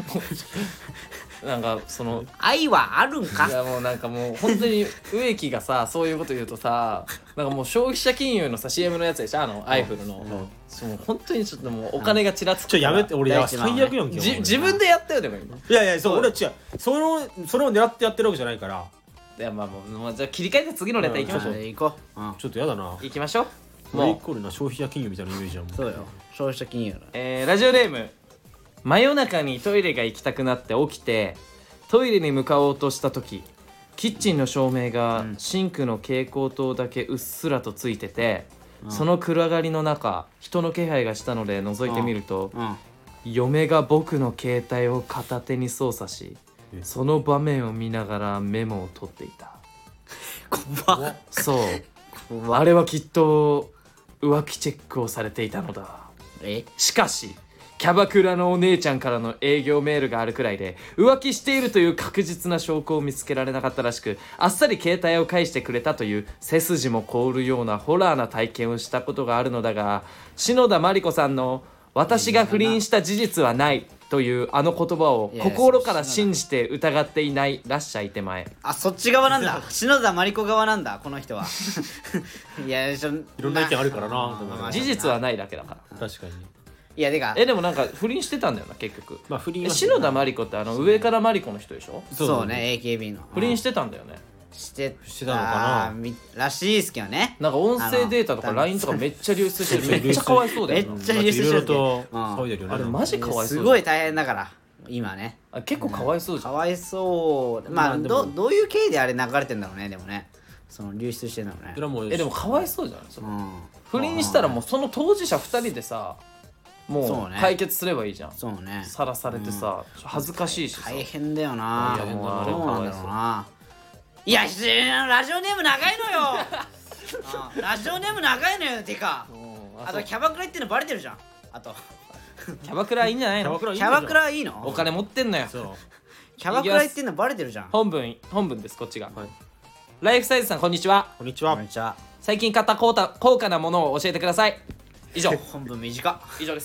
Speaker 2: なんかその
Speaker 1: 愛はあるんか。
Speaker 2: いやもうなんかもう本当に植木がさそういうこと言うとさ、なんかもう消費者金融のさ CM のやつでしょ、アイフルの。本当にちょっともうお金がちらつく。
Speaker 3: やめて、俺最悪やんけ。
Speaker 2: 自分でやったよ。でも今
Speaker 3: いやそう俺違う、それを狙ってやってるわけじゃないから。
Speaker 2: いやもうじゃあ切り替えて次のネタいきましょう。
Speaker 1: 行こう。
Speaker 3: ちょっとやだな。
Speaker 2: 行きましょう。
Speaker 3: もうイコールな消費者金融みたいなイメージじゃん。
Speaker 1: そうよ、消費者金融だ。
Speaker 2: ラジオネーム、真夜中にトイレが行きたくなって起きてトイレに向かおうとした時、キッチンの照明がシンクの蛍光灯だけうっすらとついてて、 その暗がりの中人の気配がしたので覗いてみると、嫁が僕の携帯を片手に操作しその場面を見ながらメモを取っていた。
Speaker 1: 怖っ。
Speaker 2: そうあれはきっと浮気チェックをされていたのだ。しかしキャバクラのお姉ちゃんからの営業メールがあるくらいで浮気しているという確実な証拠を見つけられなかったらしく、あっさり携帯を返してくれたという背筋も凍るようなホラーな体験をしたことがあるのだが、篠田麻里子さんの私が不倫した事実はないというあの言葉を心から信じて疑っていないらっしゃい手前。
Speaker 1: あ、そっち側なんだ。篠田麻里子側なんだこの人は。いや、い
Speaker 3: ろんな意見あるからな。
Speaker 2: 事実はないだけだから。
Speaker 3: 確かに。
Speaker 1: いや、でか
Speaker 2: でもなんか不倫してたんだよな結局。
Speaker 3: まあ不倫は
Speaker 2: 篠田麻里子って上から麻里子の人でしょ。
Speaker 1: そうね、 AKB の
Speaker 2: 不倫してたんだよね。
Speaker 1: して
Speaker 3: たのかな
Speaker 1: らしいですけどね。
Speaker 2: なんか音声データとか LINE とかめっちゃ流出してる。めっちゃかわいそうだよ。
Speaker 1: めっちゃ流出してる。
Speaker 2: あれマジかわいそう。
Speaker 1: すごい大変だから今ね。
Speaker 2: 結構かわいそうじゃん。
Speaker 1: かわいそう。まあどういう経緯であれ流れてんだろうね。でもね、その流出してんだろうね。
Speaker 2: でもかわいそうじゃん。不倫したらもうその当事者2人でさ、もう解決すればいいじゃん。
Speaker 1: そうね。
Speaker 2: さらされてさ、恥ずかしいしさ。
Speaker 1: 大変だよな。
Speaker 2: いやもうあれ
Speaker 1: どうなんだろうな。いや、ラジオネーム長いのよ。ラジオネーム長いのよ。てかあとキャバクラ行ってんのバレてるじゃん。あと
Speaker 2: キャバクラいいんじゃないの。
Speaker 1: キャバクラいいの。
Speaker 2: お金持ってんのよ。
Speaker 1: キャバクラ行ってんのバレてるじゃん。
Speaker 2: 本文ですこっちが。ライフサイズさんこんにちは。
Speaker 3: こんにちは。
Speaker 2: 最近買った高価なものを教えてください。以上。
Speaker 1: 本文短。
Speaker 2: 以上です。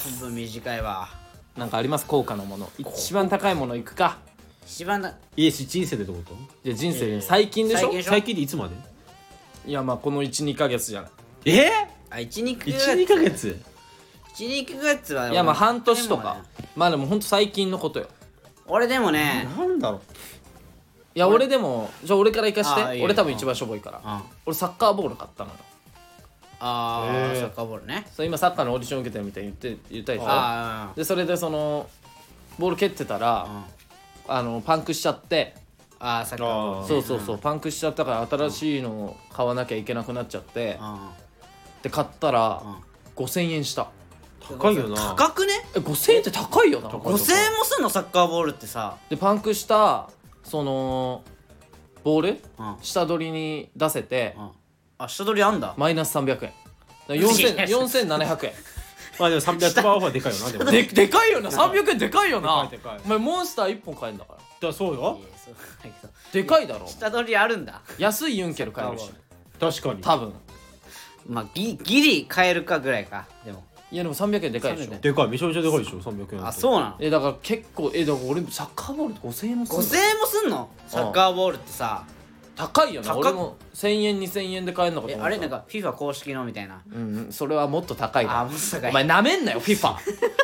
Speaker 1: 本文短いわ。
Speaker 2: なんかあります高価なもの。一番高いものいくか。
Speaker 1: 一番だ。
Speaker 3: いいし人生でってこと？
Speaker 2: いや人生で最近でしょ。
Speaker 3: 最近でいつまで？
Speaker 2: いやまあこの 1,2 ヶ月じゃない。
Speaker 1: あ、1,2ヶ
Speaker 3: 月
Speaker 1: 1,2 ヶ月はい
Speaker 2: やまあ半年とか。まあでもほんと最近のことよ。
Speaker 1: 俺でもね、
Speaker 3: なんだろう。
Speaker 2: いや俺でもじゃあ俺から行かして。俺多分一番しょぼいから。俺サッカーボール買ったのよ。
Speaker 1: サッカーボールね。
Speaker 2: そう今サッカーのオーディション受けてるみたいに言ったでしょ。でそれでそのボール蹴ってたらパンクしちゃって。
Speaker 1: サッカーボール。
Speaker 2: そうパンクしちゃったから新しいのを買わなきゃいけなくなっちゃって、で買ったら5,000円した。
Speaker 3: 高いよな。
Speaker 1: 高くね。
Speaker 2: 5,000円って高いよな。
Speaker 1: 5,000円もすんのサッカーボールってさ。
Speaker 2: でパンクしたそのボール下取りに出せて、
Speaker 1: 下取りあんだ。
Speaker 2: マイナス300円。4,700円。
Speaker 3: まあでも300%オフはでかいよな。でも
Speaker 2: でかいよな。300円でかいよな。お前モンスター1本買えんだから。
Speaker 3: そうよ。
Speaker 2: でかいだろ。
Speaker 1: 下取りあるんだ。
Speaker 2: 安いユンケル買えるし。
Speaker 3: 確かに。
Speaker 2: 多分
Speaker 1: まあギリ買えるかぐらいか。でも
Speaker 2: いやでも300円でかいでしょ。
Speaker 3: でかい。めちゃめちゃでかいでしょ300円。
Speaker 1: そうなの。
Speaker 2: だから結構だから俺サッカーボールって5,000円もすんの。
Speaker 1: 5,000円もすんの。サッカーボールってさ
Speaker 2: 高いよな。俺も1,000円2,000円で買えんのかと思った。
Speaker 1: あれなんか FIFA 公式のみたいな。
Speaker 2: それはもっと高いだろ。
Speaker 1: もっと高い。
Speaker 2: お前なめんなよ FIFA。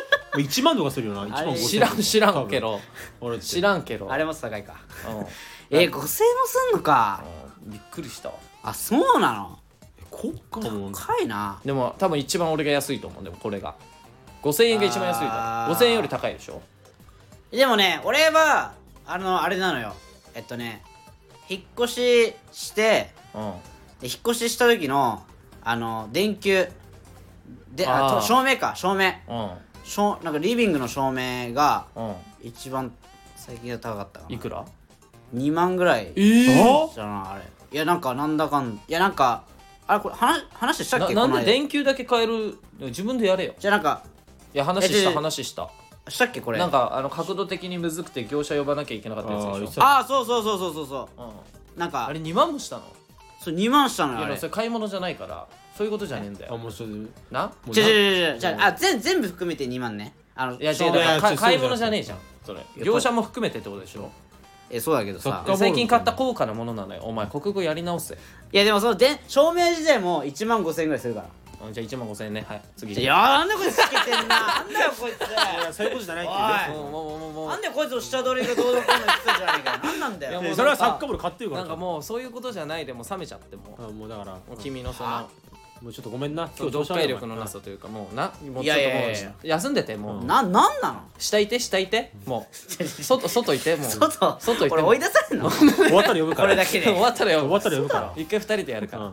Speaker 3: 1万とかするよな。1万5,000円。
Speaker 2: 知らんけど知らんけど
Speaker 1: あれも高いか。5,000円もすんのか。
Speaker 2: びっくりしたわ。
Speaker 1: そうなの。
Speaker 3: 高
Speaker 1: いな。
Speaker 2: でも多分一番俺が安いと思う。でもこれが5,000円が一番安いだろ。5,000円より高いでしょ。で
Speaker 1: もね俺はあれなのよ。引っ越しして引っ越しした時の電球で照明なんかリビングの照明が一番最近は高かったかな。
Speaker 2: いくら
Speaker 1: ？2万ぐらいじゃなあれ。いやなんかなんだかんいやなんかこれ話したっけ？
Speaker 2: なんで電球だけ変える？自分でやれよ。
Speaker 1: じゃあなんか
Speaker 2: いや話した
Speaker 1: したっけこれ。
Speaker 2: なんか角度的にむずくて業者呼ばなきゃいけなかったやつでしょ。
Speaker 1: そうなんか
Speaker 2: あれ2万もしたの？
Speaker 1: そう2万したのよ。あれ
Speaker 2: それ買い物じゃないからそういうことじゃねえんだよ。
Speaker 3: もうそれ
Speaker 2: な？
Speaker 1: じゃあ全部含めて2万ね。
Speaker 2: いや違うだから買い物じゃねえじゃんそれ。業者も含めてってことでしょ。
Speaker 1: そうだけどさ
Speaker 2: 最近買った高価なものなのよ。お前国語やり直せ。
Speaker 1: いやでもその照明自体も1万5,000円ぐらいするから。
Speaker 2: じゃあ1万5,000円ね。はい次。
Speaker 1: いやなんでこいつつけてんな。なんだよこいつ。
Speaker 3: いやそういうことじゃないって
Speaker 1: もうなんでこいつの下取りがどうのこうの言ってたじゃないかよ。なんなんだよ。
Speaker 3: それはサッカーボール買ってるから。
Speaker 2: なんかもうそういうことじゃないでも冷めちゃっても
Speaker 3: うだから
Speaker 2: 君のその
Speaker 3: もうちょっとごめんな。
Speaker 2: 読解力のなさというかもうちょっともう休んでてもう
Speaker 1: なんなの。
Speaker 2: 下いてもう外いてもう外いて。
Speaker 1: 俺追い出されんの。
Speaker 3: 終わったら呼ぶから。
Speaker 1: これだけで
Speaker 2: 終わったら呼ぶ
Speaker 3: から。
Speaker 2: 一回2人でやるから。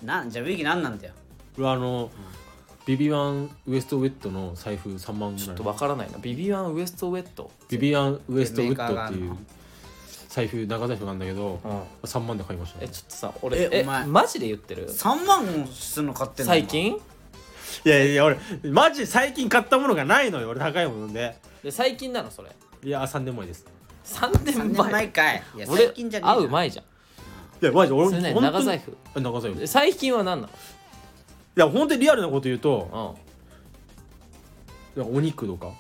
Speaker 1: じゃあウィキ何なんだよ。
Speaker 3: 俺ビビアンウエストウェットの財布3万ぐらい。
Speaker 2: ちょっとわからないな。ビビアンウエストウェット。
Speaker 3: ビビアンウエストウェットっていう財布、長財布があるんだけど、3万で買いました。
Speaker 2: ちょっとさ、俺お前マジで言ってる
Speaker 1: ？3万もするの買ってんの
Speaker 2: 最近？
Speaker 3: いやいや、俺マジ最近買ったものがないのよ。俺高いもので。
Speaker 2: 最近なのそれ？
Speaker 3: いや、3年前です。
Speaker 2: 3年前
Speaker 1: かい。いや
Speaker 2: 俺
Speaker 1: 最近じゃねえ
Speaker 2: 会う前じゃん。
Speaker 3: いやマジ俺
Speaker 2: それね、
Speaker 3: 本当に
Speaker 2: 長財布。
Speaker 3: 長財布。い
Speaker 2: 最近は何なの？
Speaker 3: や本当にリアルなこと言うと、お肉とか。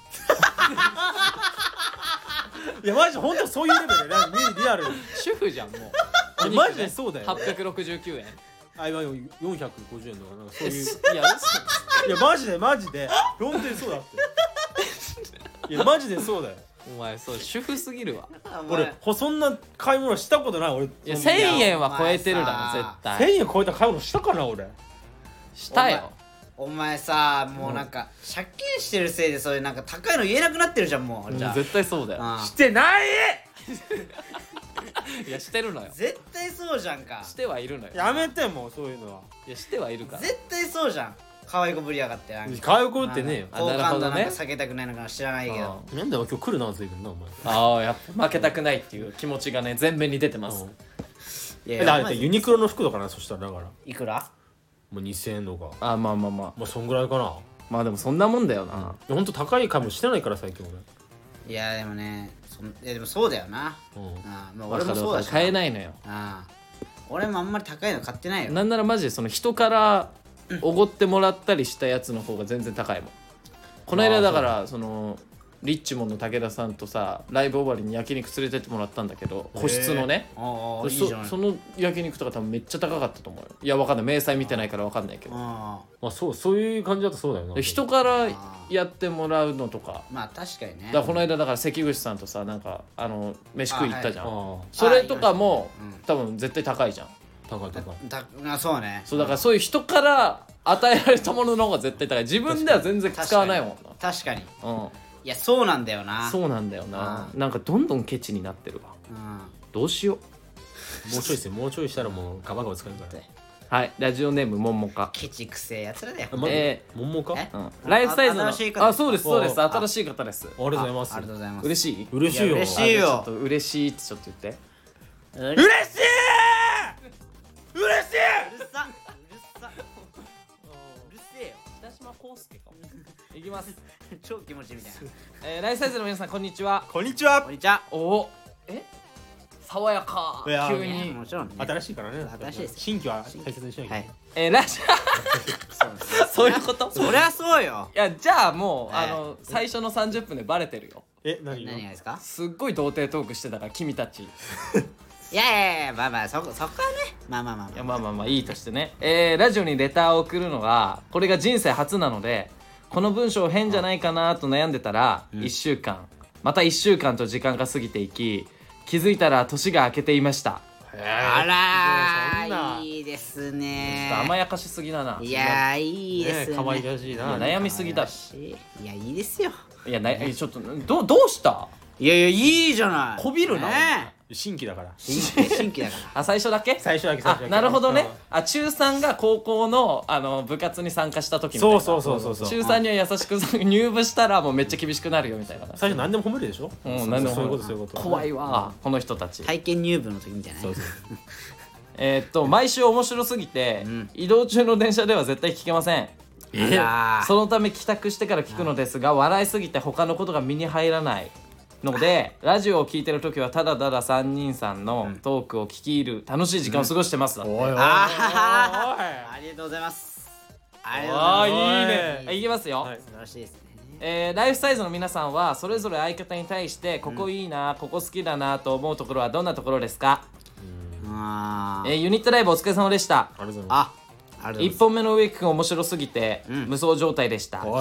Speaker 3: いやマジ本当そういうレベルでリアル。
Speaker 2: 主婦じゃんもう。
Speaker 3: マジでそうだよ。
Speaker 2: 869円。
Speaker 3: あ、今450円とかなんかそういう。
Speaker 2: いや
Speaker 3: いやマジで本当にそうだって。いやマジでそうだよ。
Speaker 2: お前そう主婦すぎるわ。
Speaker 3: 俺そんな買い物したことない。俺
Speaker 2: いや1000円は超えてるだろ絶対。
Speaker 3: 1000円超えた買い物したかな俺。
Speaker 2: したよ。
Speaker 1: お前さ、もうなんか借金してるせいでそういうなんか高いの言えなくなってるじゃんもう。じゃあ
Speaker 2: 絶対そうだよ。
Speaker 3: してない。
Speaker 2: いやしてるのよ。
Speaker 1: 絶対そうじゃんか。
Speaker 2: してはいるのよ。
Speaker 3: やめてもうそういうのは。
Speaker 2: いやしてはいるから。
Speaker 1: 絶対そうじゃん。可愛い子ぶりやがってなんか
Speaker 3: 可愛い子ってねえよ。
Speaker 1: 好感度なんか避けたくないのかな知らないけど。
Speaker 3: なんだよ今日来るな随分なお前。
Speaker 2: ああやっぱ負けたくないっていう気持ちがね全面に出てます。
Speaker 1: いや
Speaker 3: だってユニクロの服だからそしたらだから
Speaker 1: いくら？
Speaker 3: もう2000円とか。
Speaker 2: あまあ
Speaker 3: まあそんぐらいかな。
Speaker 2: まあでもそんなもんだよな。
Speaker 3: ほんと高い買い物してないから最近俺。
Speaker 1: いやでもねでもそうだよな。まあ俺もそうだし
Speaker 2: 買えないのよ。
Speaker 1: 俺もあんまり高いの買ってないよ。
Speaker 2: なんならマジでその人からおごってもらったりしたやつの方が全然高いもん。この間だからそのリッチモンの武田さんとさライブ終わりに焼肉連れてってもらったんだけど個室のね。その焼肉とか多分めっちゃ高かったと思うよ。いやわかんない明細見てないからわかんないけど。
Speaker 3: まあそういう感じだとそうだよな。
Speaker 2: 人からやってもらうのとか。
Speaker 1: まあ確かにね。
Speaker 2: だからこの間だから関口さんとさなんか飯食い行ったじゃん。それとかも多分絶対高いじゃん。
Speaker 3: 高い
Speaker 1: そうね。
Speaker 2: そうだからそういう人から与えられたものの方が絶対高い。自分では全然使わないもんな。
Speaker 1: 確かに。いやそうなんだよな。
Speaker 2: そうなんだよな。なんかどんどんケチになってるわ。どうしよ
Speaker 3: う。もうちょいですよ。もうちょいしたらもうガバガバ使えるから。
Speaker 2: はい。ラジオネームもんもか。
Speaker 1: ケチくせえやつらだよ。
Speaker 3: もんもか？
Speaker 2: ライフサイズのそうです新しい方です。
Speaker 3: ありがとうございます。
Speaker 1: ありがとうございます。
Speaker 2: 嬉しい？
Speaker 3: 嬉しいよ。
Speaker 1: 嬉しいよ。
Speaker 2: ちょっと嬉しいってちょっと言って。
Speaker 3: 嬉しい！嬉しい！
Speaker 1: うるさえよ。
Speaker 2: 北島康介かも。いきます。
Speaker 1: 超気持ちいいみたいな。
Speaker 2: ライフサイズの皆さんこんにちは。
Speaker 3: こんにちは。
Speaker 1: こんにちは。
Speaker 2: お爽やか。急に。
Speaker 1: もちろんね。
Speaker 3: 新しいからね。
Speaker 1: 新しいです。
Speaker 3: 新規は大切にしなきゃい
Speaker 2: けない。ラジオそういうこと？
Speaker 1: そりゃそうよ。
Speaker 2: いやじゃあもう最初の30分でバレてるよ。
Speaker 3: 何
Speaker 1: がですか？
Speaker 2: すっごい童貞トークしてたから君たち。
Speaker 1: いやまあそこはねまあ
Speaker 2: いいとしてね。ラジオにレターを送るのがこれが人生初なのでこの文章変じゃないかなと悩んでたら1週間また1週間と時間が過ぎていき気づいたら年が明けていました。
Speaker 1: あらいいですね。
Speaker 2: ちょっと甘やかしすぎだな。
Speaker 1: いやいいですね。
Speaker 3: 可愛らしいな。
Speaker 2: 悩みすぎだ
Speaker 1: いやいいですよ。
Speaker 2: いやちょっとどうした？
Speaker 1: いやいいじゃない。
Speaker 2: こびるな。
Speaker 3: 新規だから。
Speaker 1: 新規だから。
Speaker 2: 最初だけ？
Speaker 3: 最初だけ。
Speaker 2: なるほどね。中3が高校の部活に参加した時みたいな。
Speaker 3: そう。中
Speaker 2: 3には優しく入部したらもうめっちゃ厳しくなるよみたいな。
Speaker 3: 最初何でも褒めるでしょ。
Speaker 2: 何でもそういうこと。怖いわこの人たち。
Speaker 1: 体験入部の時みたいな。
Speaker 2: 毎週面白すぎて移動中の電車では絶対聞けません。そのため帰宅してから聞くのですが笑いすぎて他のことが身に入らないのでラジオを聞いてる時はただただ3人さんのトークを聞き入る楽しい時間を過ごしてますだって。
Speaker 1: ありがとうございます。ありがとうございます。
Speaker 2: いいね。いきますよ。
Speaker 1: 素晴らしいです
Speaker 2: ね。ライフサイズの皆さんはそれぞれ相方に対してここいいなここ好きだなと思うところはどんなところですか？ユニットライブお疲れ様でした。
Speaker 3: ありがとうございます。
Speaker 2: 1本目の植木くん面白すぎて無双状態でした。
Speaker 3: おい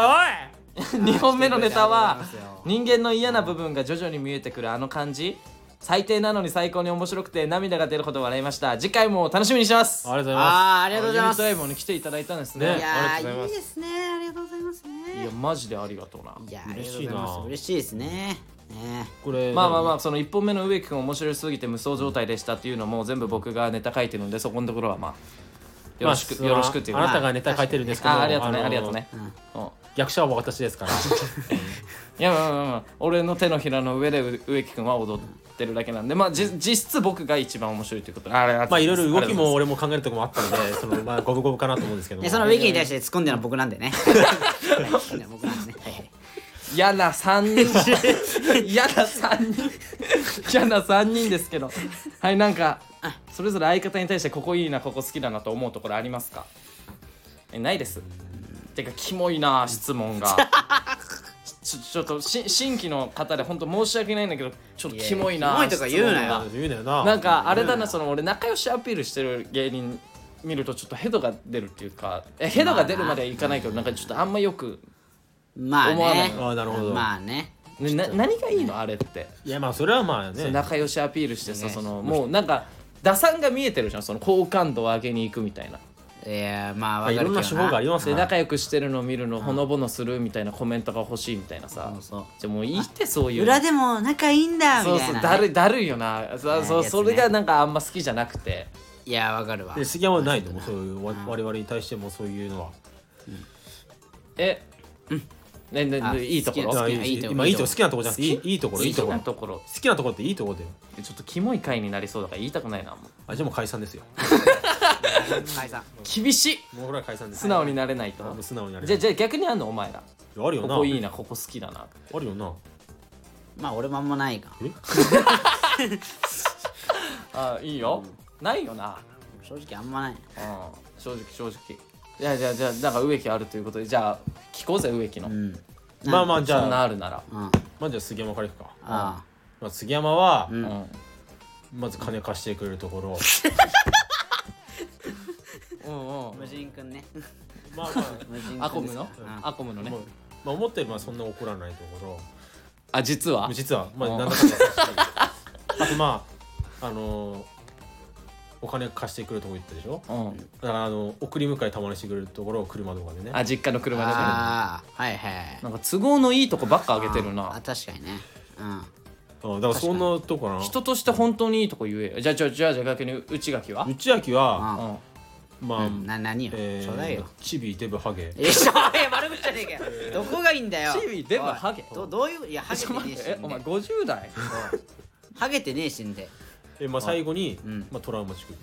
Speaker 2: 2本目のネタは人間の嫌な部分が徐々に見えてくるあの感じ最低なのに最高に面白くて涙が出るほど笑いました。次回も楽しみにしてます。
Speaker 3: ありがとうございます。
Speaker 1: ありがとうございます。
Speaker 2: ユニットライブに来ていただいたんですね。
Speaker 1: いやいいですね。ありがとうございますね。
Speaker 2: いやマジでありがとうな。
Speaker 1: いや嬉しいな。嬉しいですね。
Speaker 2: これまあその1本目の植木くん面白すぎて無双状態でしたっていうのも全部僕がネタ書いてるのでそこのところはまあよろしく、よろしくっていう
Speaker 3: あなたがネタ書いてるんですけど、
Speaker 2: ありがとうね、ありがとうね。
Speaker 3: 役者は私ですから
Speaker 2: いや、俺の手のひらの上で植木くんは踊ってるだけなんで、まあ実質僕が一番面白いということで、ま
Speaker 3: あいろいろ動きも俺も考えるとこもあったので、そのまあ五分五分かなと思うんですけども、
Speaker 1: そのウィキに対して突っ込んでるのは僕なんでね。僕なんでね。
Speaker 2: 嫌な3人嫌な3人嫌な3人ですけど、はい、なんかそれぞれ相方に対してここいいな、ここ好きだなと思うところありますか？ないです。てかキモいな質問がちょっと新規の方で本当申し訳ないんだけど、ちょっとキモいな。
Speaker 1: キモいとか言うなよ。
Speaker 3: 言うなよな。
Speaker 2: なんかあれだな、その俺仲良しアピールしてる芸人見るとちょっとヘドが出るっていうか、ヘドが出るまではいかないけど、なんかちょっとあんまよく
Speaker 1: まあ
Speaker 2: 思わない
Speaker 1: ね。
Speaker 3: あ、なるほど。
Speaker 1: まあね。
Speaker 2: 何がいいのあれって。
Speaker 3: いやまあそれはまあね、
Speaker 2: 仲良しアピールしてさ、そのもうなんか打算が見えてるじゃん、その好感度を上げに行くみたいな。
Speaker 1: いやまあ分かるけどな。
Speaker 3: いろんな手法があります
Speaker 2: で
Speaker 3: から
Speaker 2: 仲良くしてるのを見るのほのぼのするみたいなコメントが欲しいみたいなさ。じゃあもういいってそういう。
Speaker 1: 裏でも仲いいんだみたいな。
Speaker 2: そうそうだるいよな。それがなんかあんま好きじゃなくて。
Speaker 1: いや分かるわ。
Speaker 3: で杉山はないの？そういう我々に対してもそういうのは。
Speaker 2: いいところ。
Speaker 3: 今いいところ、好きなところじゃなくていいところ、いいところ。好きなところっていいところだよ。
Speaker 2: ちょっとキモい回になりそうだから言いたくないな。もう
Speaker 3: あ、じゃあもう解散ですよ。
Speaker 1: 解散。
Speaker 2: 厳しい。
Speaker 3: もうこれは解散です。
Speaker 2: 素直になれないと。
Speaker 3: 素直になれない。
Speaker 2: じゃあ逆にあんのお前ら。
Speaker 3: あるよな。
Speaker 2: ここいいな、ここ好きだな。
Speaker 3: あるよな。
Speaker 1: まあ俺もあんまないか。
Speaker 2: あ、いいよ。ないよな。
Speaker 1: 正直あんまない。
Speaker 2: 正直。じゃあなんか植木あるということで、じゃあ聞こうぜ植木の。
Speaker 3: まあまあじゃあ
Speaker 2: そんなあるなら。
Speaker 3: まあじゃあ杉山からいくか。
Speaker 1: あ
Speaker 3: あ。杉山はまず金貸してくれるところ。
Speaker 1: 無人くんね。
Speaker 3: まあ
Speaker 2: アコムのね。
Speaker 3: まあ思ったよりそんな怒らないところ。
Speaker 2: あ、実は
Speaker 3: まあなんだかんだ優しい。あとまあお金貸してくれるとこ行ったでしょ。だから送り迎えたまにしてくれるところを車とかでね。
Speaker 2: あ、実家の車でね。
Speaker 1: ああ、はいはい。
Speaker 2: なんか都合のいいとこばっかあげてるな。
Speaker 1: あ、確かにね。
Speaker 3: だからそんなとこな。
Speaker 2: 人として本当にいいとこ言えよ。じゃあ逆に内垣は？
Speaker 3: 内垣はまあ
Speaker 1: 何よ。ちょうだいよ。
Speaker 3: チビデブハゲ。
Speaker 1: 丸口じゃねえかよ。どこがいいんだよ。
Speaker 2: チビデブハゲ。
Speaker 1: どういう、いやハゲてねえし。
Speaker 2: お前50代？
Speaker 1: ハゲてねえしんで。
Speaker 3: まあ最後にトラウマチク。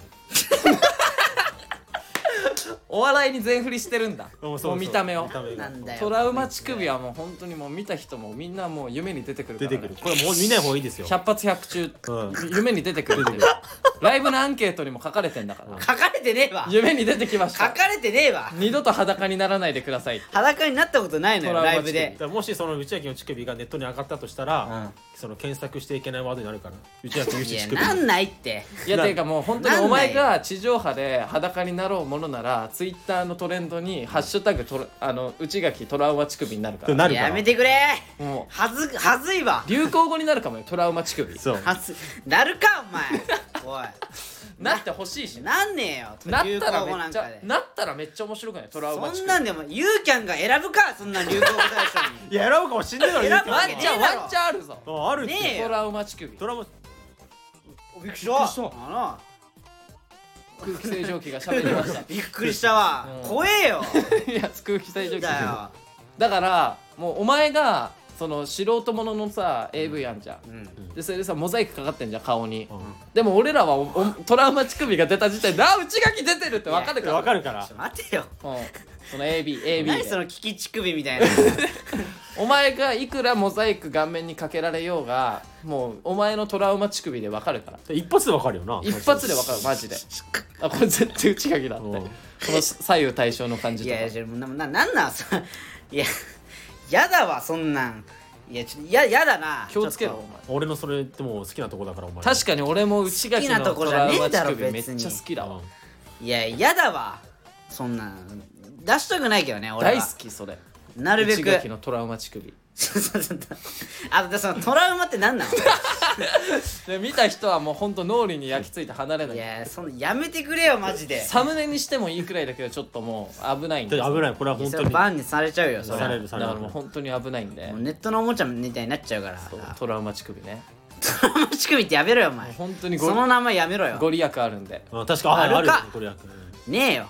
Speaker 2: お笑いに全振りしてるんだ。もう見た目を。トラウマ乳首はもう本当にもう見た人もみんなもう夢に出てくるから。
Speaker 3: 出てくる。これもう見ない方がいいですよ。
Speaker 2: 100発100中夢に出てくる。ライブのアンケートにも書かれてんだから。
Speaker 1: 書かれてねえわ。
Speaker 2: 夢に出てきました。
Speaker 1: 書かれてねえわ。
Speaker 2: 二度と裸にならないでください。
Speaker 1: 裸になったことないのよライブで。
Speaker 3: もしその内垣の乳首がネットに上がったとしたら、その検索していけないワードになるから。内垣乳首。
Speaker 1: なんないって。
Speaker 2: いやていうかもう本当にお前が地上波で裸になろうものならツイッターのトレンドにハッシュタグ内垣トラウマ乳首になるから。
Speaker 1: やめてくれ。
Speaker 2: もう
Speaker 1: はずいわ。
Speaker 2: 流行語になるかもよトラウマ乳首。
Speaker 3: そう。
Speaker 1: なるかお前。おい。
Speaker 2: なってほしいし。
Speaker 1: なんねえよ。
Speaker 2: なったらめっちゃ面白くないトラウマ乳首。
Speaker 1: そんなんでもユーキャンが選ぶかそんな流行語大賞に。
Speaker 3: いや選ぶかもしんないだろ。
Speaker 1: 選ぶわけねえだろ。
Speaker 2: ワンチャンあるぞ。
Speaker 3: あるって。
Speaker 2: トラウマ乳首。
Speaker 3: トラウマ。
Speaker 1: びっくりした。
Speaker 2: 空気清浄機が喋りました。
Speaker 1: びっくりしたわ。怖えよ。
Speaker 2: いや空気清浄機だよ。だからもうお前がその素人もののさ AV あんじゃん。でそれでさモザイクかかってんじゃん顔に。でも俺らはトラウマ乳首が出た時点で内垣出てるって分かるから。
Speaker 3: 分かるから。
Speaker 1: 待てよ。
Speaker 2: その AB
Speaker 1: 何そのキキ乳首みたいな。
Speaker 2: お前がいくらモザイク顔面にかけられようがもうお前のトラウマ乳首で分かるから。
Speaker 3: 一発で分かるよな。
Speaker 2: 一発で分かるマジで。あこれ絶対内垣だって。この左右対称の感じとか。
Speaker 1: いやなんなんいややだわそんなん。いややだな。
Speaker 2: 気をつけろお前。
Speaker 3: 俺のそれってもう好きなとこだからお前。
Speaker 2: 確かに俺も内垣のトラウマ乳首めっちゃ好きだわ。
Speaker 1: いややだわそんなん出したくないけどね俺は。
Speaker 2: 大好きそれ。
Speaker 1: なるべく。
Speaker 2: 内垣のトラウマ乳首。
Speaker 1: あとそのトラウマって何なの？
Speaker 2: で見た人はもうほんと脳裏に焼き付いて離れない。
Speaker 1: いややめてくれよマジで。
Speaker 2: サムネにしてもいいくらいだけどちょっともう危ないんで。
Speaker 3: 危ないこれは本当に。
Speaker 1: バンにされちゃうよそれ。
Speaker 3: される。
Speaker 2: だからもう本当に危ないんで。
Speaker 1: ネットのおもちゃみたいになっちゃうから。
Speaker 2: トラウマ乳首ね。
Speaker 1: トラウマ乳首ってやめろよお前。
Speaker 2: 本当に
Speaker 1: その名前やめろよ。
Speaker 2: ご利益あるんで。
Speaker 3: 確かあるか。
Speaker 1: ねえよ。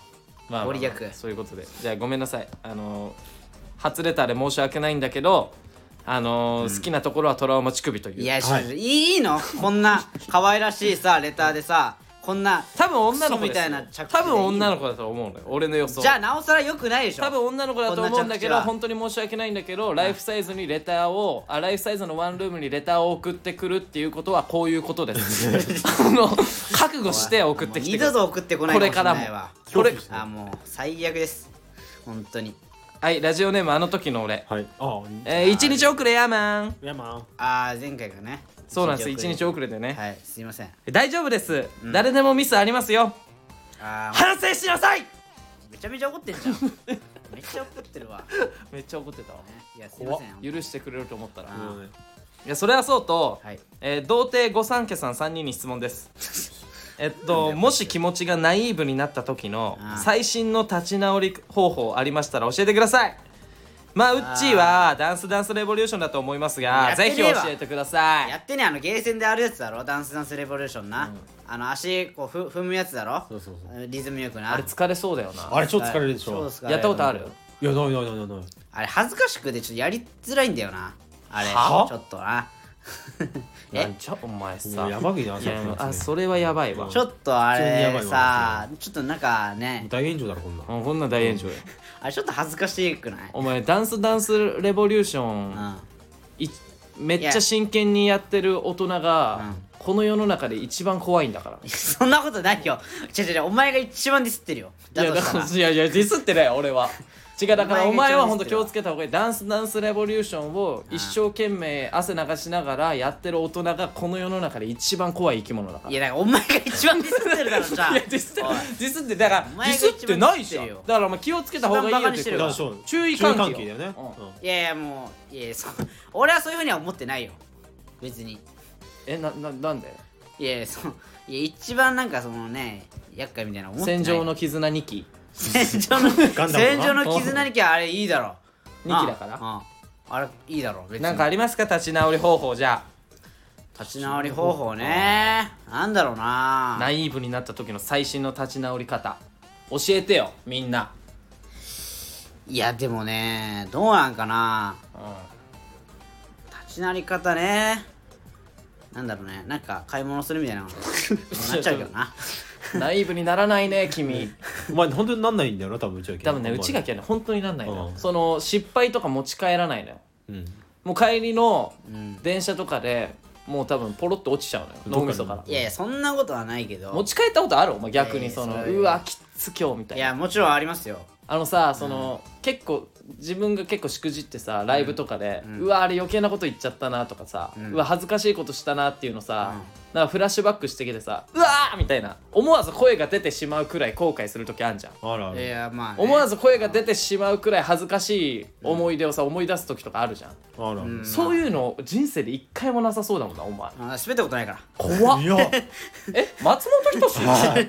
Speaker 2: まあ
Speaker 1: ご利益。
Speaker 2: そういうことで、じゃあごめんなさい、初レターで申し訳ないんだけど、好きなところはトラウマ乳首という。
Speaker 1: いや、いいのこんな可愛らしいさレターでさ、こんな
Speaker 2: 多分女の子
Speaker 1: みたいな着地でいいの。
Speaker 2: 多分女の子だと思うのよ、俺の予想。
Speaker 1: じゃあなおさら良くないでしょ。
Speaker 2: 多分女の子だと思うんだけど、
Speaker 1: こんな着地は
Speaker 2: 本当に申し訳ないんだけど、ライフサイズにレターをライフサイズのワンルームにレターを送ってくるっていうことはこういうことです覚悟して送ってきてくれ。
Speaker 1: 二度と送ってこないかもしれないわ。
Speaker 2: これ
Speaker 1: あ、もう最悪です本当に。
Speaker 2: はい、ラジオネームあの時の俺。
Speaker 3: はい。
Speaker 2: 一日遅れやまん。
Speaker 1: 前回がね。
Speaker 2: そうなんです、一日遅れでね。
Speaker 1: はい、すいません。
Speaker 2: 大丈夫です、誰でもミスありますよ。反省しなさい。
Speaker 1: めちゃめちゃ怒ってんじゃんめっちゃ怒ってるわ。
Speaker 2: めっちゃ怒ってたわ。
Speaker 1: いや、すいません。
Speaker 2: 許してくれると思ったら。いや、それはそうと、童貞御三家さん3人に質問ですもし気持ちがナイーブになった時の最新の立ち直り方法ありましたら教えてください。まあウッチーはダンスレボリューションだと思いますが、ぜひ教えてください。
Speaker 1: やってね、ゲーセンであるやつだろ、ダンスレボリューションな。足こう踏むやつだろ。リズムよくな。
Speaker 2: あれ疲れそうだよな。
Speaker 3: あれ超疲れるでしょ。
Speaker 2: やったことある？
Speaker 3: いや、ない。
Speaker 1: あれ恥ずかしくてちょっとやりづらいんだよな、あれ。ちょっとな
Speaker 2: お前さ、
Speaker 3: やばいな。
Speaker 2: あ、それはやばいわ。
Speaker 1: ちょっとあれさ、ちょっとなんかね、
Speaker 3: 大炎上だろこんな。
Speaker 2: こんな大炎上や。
Speaker 1: あれちょっと恥ずかしくない？
Speaker 2: お前ダンスレボリューションめっちゃ真剣にやってる大人がこの世の中で一番怖いんだから。
Speaker 1: そんなことないよ。違う、お前が一番ディスってるよ。
Speaker 2: いやディスってない、俺は。違う、だからお前は本当気をつけた方がいい。ダンスレボリューションを一生懸命汗流しながらやってる大人がこの世の中で一番怖い生き物だから。
Speaker 1: いや、だからお前が一番ディスってるからじゃあ。
Speaker 2: いやディスってだからディスってないじゃん。だからお前気をつけた方がいいよって。注意喚起だよね。
Speaker 1: いやもう、俺はそういうふうには思ってないよ別に。
Speaker 2: なんで？
Speaker 1: いや一番なんかそのね、厄介みたいな思ってない。
Speaker 2: 戦場の絆2期。
Speaker 1: 戦場の絆にきゃあれいいだろ。
Speaker 2: 2期だから。
Speaker 1: あれいいだろ別に。
Speaker 2: なんかありますか、立ち直り方法？じゃ
Speaker 1: あ立ち直り方法ね、なんだろうな。
Speaker 2: ナイーブになった時の最新の立ち直り方教えてよみんな。
Speaker 1: いやでもね、どうなんかな、立ち直り方ね。なんだろうね、なんか買い物するみたいなのなっちゃうけどな
Speaker 2: ナイーブにならないね君。
Speaker 3: お前本当になんないんだよな、多分内垣。
Speaker 2: 多分ね、内垣はね本当になんないのよ。その失敗とか持ち帰らないのよ。もう帰りの電車とかでもう多分ポロッと落ちちゃうのよ、脳みそから。
Speaker 1: いやそんなことはないけど。
Speaker 2: 持ち帰ったことある？お前逆にそのうわきつ今日みたいな。
Speaker 1: いやもちろんありますよ。
Speaker 2: その結構自分が結構しくじってさ、ライブとかでうわあれ余計なこと言っちゃったなとかさ、うわ恥ずかしいことしたなっていうのさ、なんかフラッシュバックしてきてさ、うわーみたいな思わず声が出てしまうくらい後悔する時あんじゃん。
Speaker 1: いやまあ
Speaker 2: 思わず声が出てしまうくらい恥ずかしい思い出をさ思い出す時とかあるじゃん。そういうの人生で一回もなさそうだもんなお前。
Speaker 1: 滑ったことないから。
Speaker 2: 怖っ。松本人志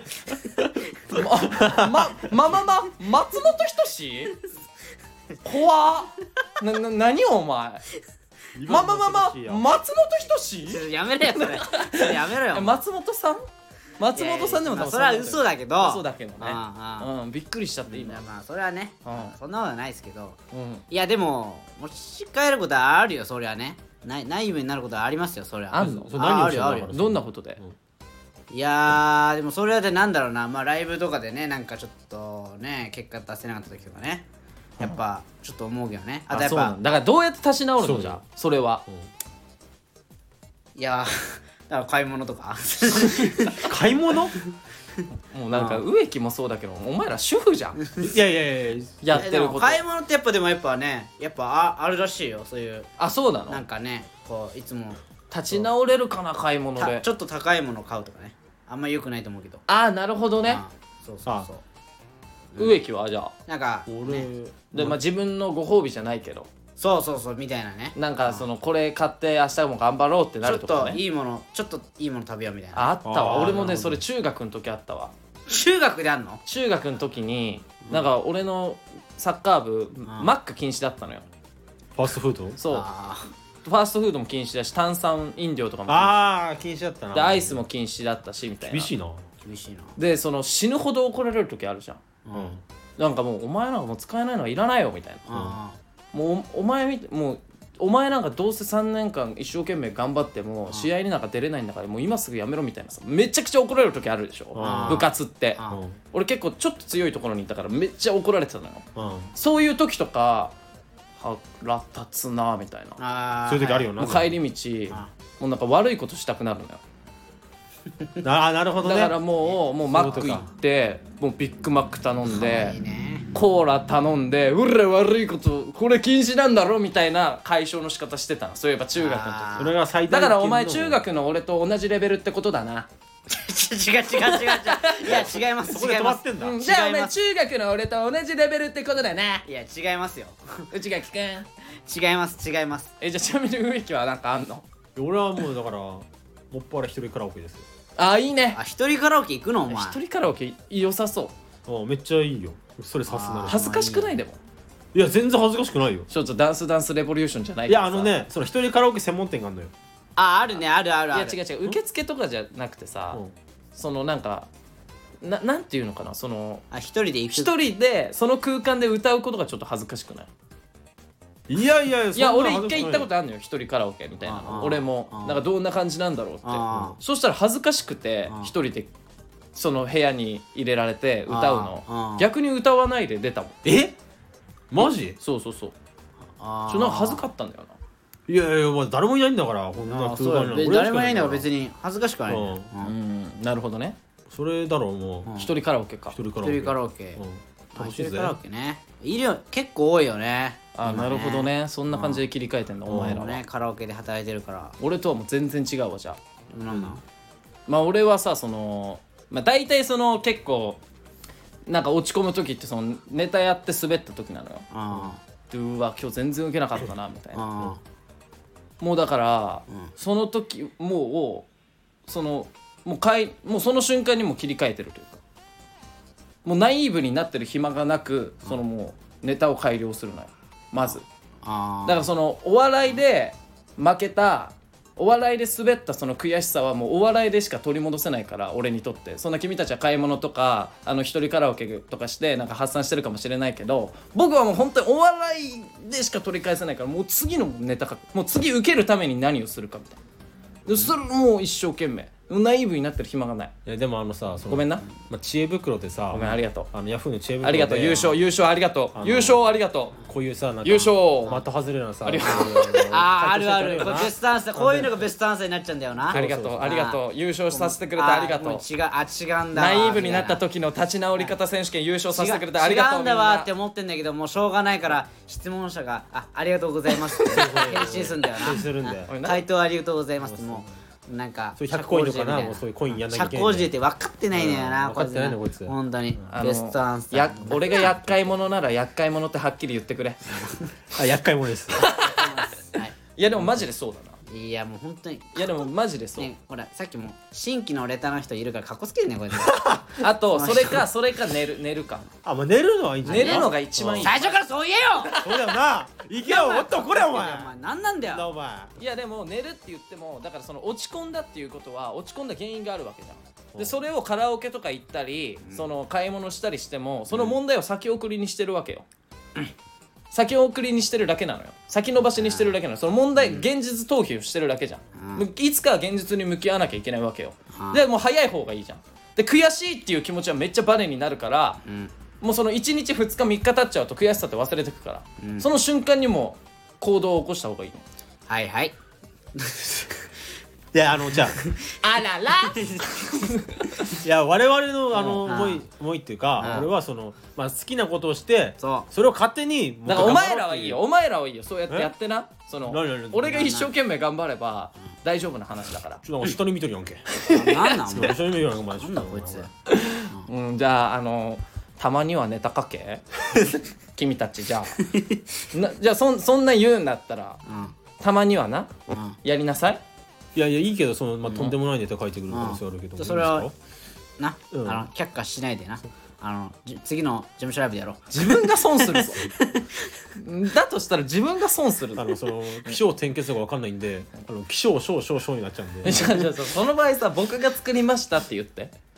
Speaker 2: 松本人志怖っ。何お前。松本人志
Speaker 1: やめろよそれやめろよ。
Speaker 2: 松本さんでも多分
Speaker 1: それは嘘だけど。
Speaker 2: 嘘だけどね。びっくりしちゃって今。
Speaker 1: まあそれはね、そんなことはないですけど。いやでも持ち帰ることはあるよ、そりゃね。内部になることはありますよ、そりゃ。
Speaker 2: あんの？
Speaker 1: あるよ。
Speaker 2: どんなことで？
Speaker 1: いやでもそれはでなんだろうな、まあライブとかでね、なんかちょっとね結果出せなかった時とかね、やっぱちょっと思うけどね。あとやっぱ
Speaker 2: だからどうやって立ち直るのじゃそれは。
Speaker 1: いやだから買い物とか
Speaker 3: 買い物？
Speaker 2: もうなんか植木もそうだけどお前ら主婦じゃん。
Speaker 3: いや
Speaker 2: やってること。
Speaker 1: 買い物ってやっぱでもやっぱあるらしいよ、そういう。
Speaker 2: あ、そうなの？
Speaker 1: なんかね、こういつも
Speaker 2: 立ち直れるかな、買い物で。
Speaker 1: ちょっと高いもの買うとかね、あんまり良くないと思うけど。
Speaker 2: ああ、なるほどね。
Speaker 1: そうそうそう。
Speaker 2: 植木はじゃあ
Speaker 1: なんか
Speaker 3: 俺
Speaker 2: で、まあ自分のご褒美じゃないけど、
Speaker 1: そうみたいなね。
Speaker 2: なんかそのこれ買って明日も頑張ろうってなるとかね。ちょっといいもの
Speaker 1: 食べようみたいな。
Speaker 2: あったわ。俺もねそれ中学の時あったわ。
Speaker 1: 中学であんの？
Speaker 2: 中学の時になんか俺のサッカー部マック禁止だったのよ。
Speaker 3: ファーストフード？
Speaker 2: そう。ファーストフードも禁止だし、炭酸飲料とかも
Speaker 3: 禁止だったな。
Speaker 2: でアイスも禁止だったしみたいな。
Speaker 3: 厳しいな。
Speaker 1: 厳しいな。
Speaker 2: でその死ぬほど怒られる時あるじゃん、なんかもうお前なんかもう使えないのはいらないよみたいな、もうお前なんかどうせ3年間一生懸命頑張っても試合になんか出れないんだからもう今すぐやめろみたいなさ、めちゃくちゃ怒られる時あるでしょ、部活って。俺結構ちょっと強いところにいたからめっちゃ怒られてたのよ、そういう時とか腹立つなみたいな。
Speaker 3: そういう時あるよな。
Speaker 2: もう帰り道もうなんか悪いことしたくなるのよ。
Speaker 3: なるほどね。
Speaker 2: だからもうマック行ってもうビッグマック頼んでコーラ頼んでうら悪いことこれ禁止なんだろみたいな解消の仕方してたの。そういえば中学の時。
Speaker 3: それが最大
Speaker 2: だからお前中学の俺と同じレベルってことだな。
Speaker 1: 違ういや違います。
Speaker 3: そこで止まってんだ。
Speaker 2: じゃあお前中学の俺と同じレベルってことだな。
Speaker 1: いや違いますよ。
Speaker 2: 内垣くん
Speaker 1: 違います。
Speaker 2: じゃあちなみに植木はなんかあんの？
Speaker 3: 俺はもうだからもっぱら一人カラオケですよ。
Speaker 2: あ、いいね。
Speaker 1: 一人カラオケ行くのお前。
Speaker 2: 一人カラオケ良さそう。
Speaker 3: めっちゃいいよ。それさすがに
Speaker 2: 恥ずかしくない？でも
Speaker 3: いや全然恥ずかしくないよ。
Speaker 2: ちょっとダンスレボリューションじゃない。
Speaker 3: いやその一人カラオケ専門店があるのよ。
Speaker 1: あるね、ある。い
Speaker 2: や違う受付とかじゃなくてさ、そのなんかなんていうのかな、その
Speaker 1: 一人で行く。
Speaker 2: 一人でその空間で歌うことがちょっと恥ずかしくない？
Speaker 3: いや
Speaker 2: 俺一回行ったことあるのよ、一人カラオケみたいな。俺もなんかどんな感じなんだろうって。そしたら恥ずかしくて一人でその部屋に入れられて歌うの。逆に歌わないで出たもん。
Speaker 3: マジ？
Speaker 2: そうなんか恥ずかったんだよな。
Speaker 3: いやまあ誰もいないんだからこんな空間に。
Speaker 1: 誰もいないんだから別に恥ずかしくない。
Speaker 2: なるほどね。
Speaker 3: それだろう。もう
Speaker 2: 一人カラオケか。
Speaker 3: 一人カラオケ
Speaker 1: 楽しいぜ。一人カラオケね、いるよ、結構多いよね。
Speaker 2: なるほどね。そんな感じで切り替えてんのお前らは
Speaker 1: ね。カラオケで働いてるから。
Speaker 2: 俺とはもう全然違うわ。じゃあ
Speaker 1: なんだ。
Speaker 2: まあ俺はさ、その大体その結構なんか落ち込む時ってそのネタやって滑った時なのよ。うわ今日全然ウケなかったなみたいな。もうだから、その時もうそのもうその瞬間にもう切り替えてるというか、もうナイーブになってる暇がなく、そのもうネタを改良するのよまず。だからそのお笑いで負けた、お笑いで滑ったその悔しさはもうお笑いでしか取り戻せないから、俺にとって。そんな君たちは買い物とか一人カラオケとかしてなんか発散してるかもしれないけど、僕はもう本当にお笑いでしか取り返せないから、もう次のネタもう次受けるために何をするかみたいな。それもう一生懸命ナイーブになってる暇がない。
Speaker 3: いやでもさ、
Speaker 2: ごめんな、
Speaker 3: 知恵袋ってさ、
Speaker 2: ごめん、ありがと
Speaker 3: う。ヤフーの知恵袋で
Speaker 2: ありがとう。優勝ありがとう。優勝ありがとう。
Speaker 3: こういうさ、なんか
Speaker 2: 優勝
Speaker 3: 的外れなさ、
Speaker 2: ありがとう。
Speaker 1: あるこれベストアンサー、こういうのがベストアンサーになっちゃうんだよな。
Speaker 2: ありがとう。優勝させてくれてありがとう。
Speaker 1: 違うんだ。
Speaker 2: ナイーブになった時の立ち直り方選手権優勝させてくれてありがとう。
Speaker 1: 違うんだわって思ってんだけど、もうしょうがないから質問者がありがとうございますって返信するんだよな。回答ありがとうございますって、もうなんか
Speaker 3: 100コインとかな、もうそういうコインやんなきゃいけない。
Speaker 1: 社交辞令って分かってないんだよな。
Speaker 3: 分かってないのこいつ。
Speaker 1: 本当にベストアンサー。
Speaker 2: 俺が厄介者なら厄介者ってはっきり言ってくれ。
Speaker 3: 厄介者です。
Speaker 2: いやでもマジでそうだな。
Speaker 1: いやもう本当に、
Speaker 2: いやでもマジでそう。
Speaker 1: ほらさっきも新規のレターの人いるからカッコつけるねこれ。
Speaker 2: あとそれか寝るか。
Speaker 3: まあ寝るのはいいんじゃない？
Speaker 2: 寝るのが一番いい。
Speaker 1: 最初からそう言えよ。
Speaker 3: そうだよな。行けよ、もっとこれお前。
Speaker 1: 何なんだよ
Speaker 3: お前。
Speaker 2: いやでも寝るって言っても、だからその落ち込んだっていうことは落ち込んだ原因があるわけじゃん。でそれをカラオケとか行ったり、その買い物したりしても、その問題を先送りにしてるわけよ。先送りにしてるだけなのよ。先延ばしにしてるだけなの。その問題、現実逃避をしてるだけじゃん。いつかは現実に向き合わなきゃいけないわけよ。でもう早い方がいいじゃん。で悔しいっていう気持ちはめっちゃバネになるから、もうその1日2日3日経っちゃうと悔しさって忘れてくから、その瞬間にも行動を起こした方がいいの。
Speaker 1: はい。
Speaker 3: いやじゃ
Speaker 2: あらら
Speaker 3: いや我々の思いっていうか、俺はその好きなことをしてそれを勝手に。
Speaker 2: だからお前らはいいよ、そうやってやってな。その俺が一生懸命頑張れば大丈夫な話だから。
Speaker 3: ちょっと下に見とるやんけ。
Speaker 1: なんなん
Speaker 3: 下に見とるやんお前。
Speaker 1: なんだこいつ。
Speaker 2: じゃあたまにはネタかけ君たち。じゃあそんな言うんだったらたまにはなやりなさい。
Speaker 3: いやいいけど、とんでもないネタ書いてくる可能性あるけど、
Speaker 1: それはな却下しないでな。次の事務所ライブでやろう。
Speaker 2: 自分が損するぞ。だとしたら自分が損するぞ。
Speaker 3: 起承転結が分かんないんで、起承小になっちゃうんで。
Speaker 2: じゃあその場合さ、僕が作りましたって言って。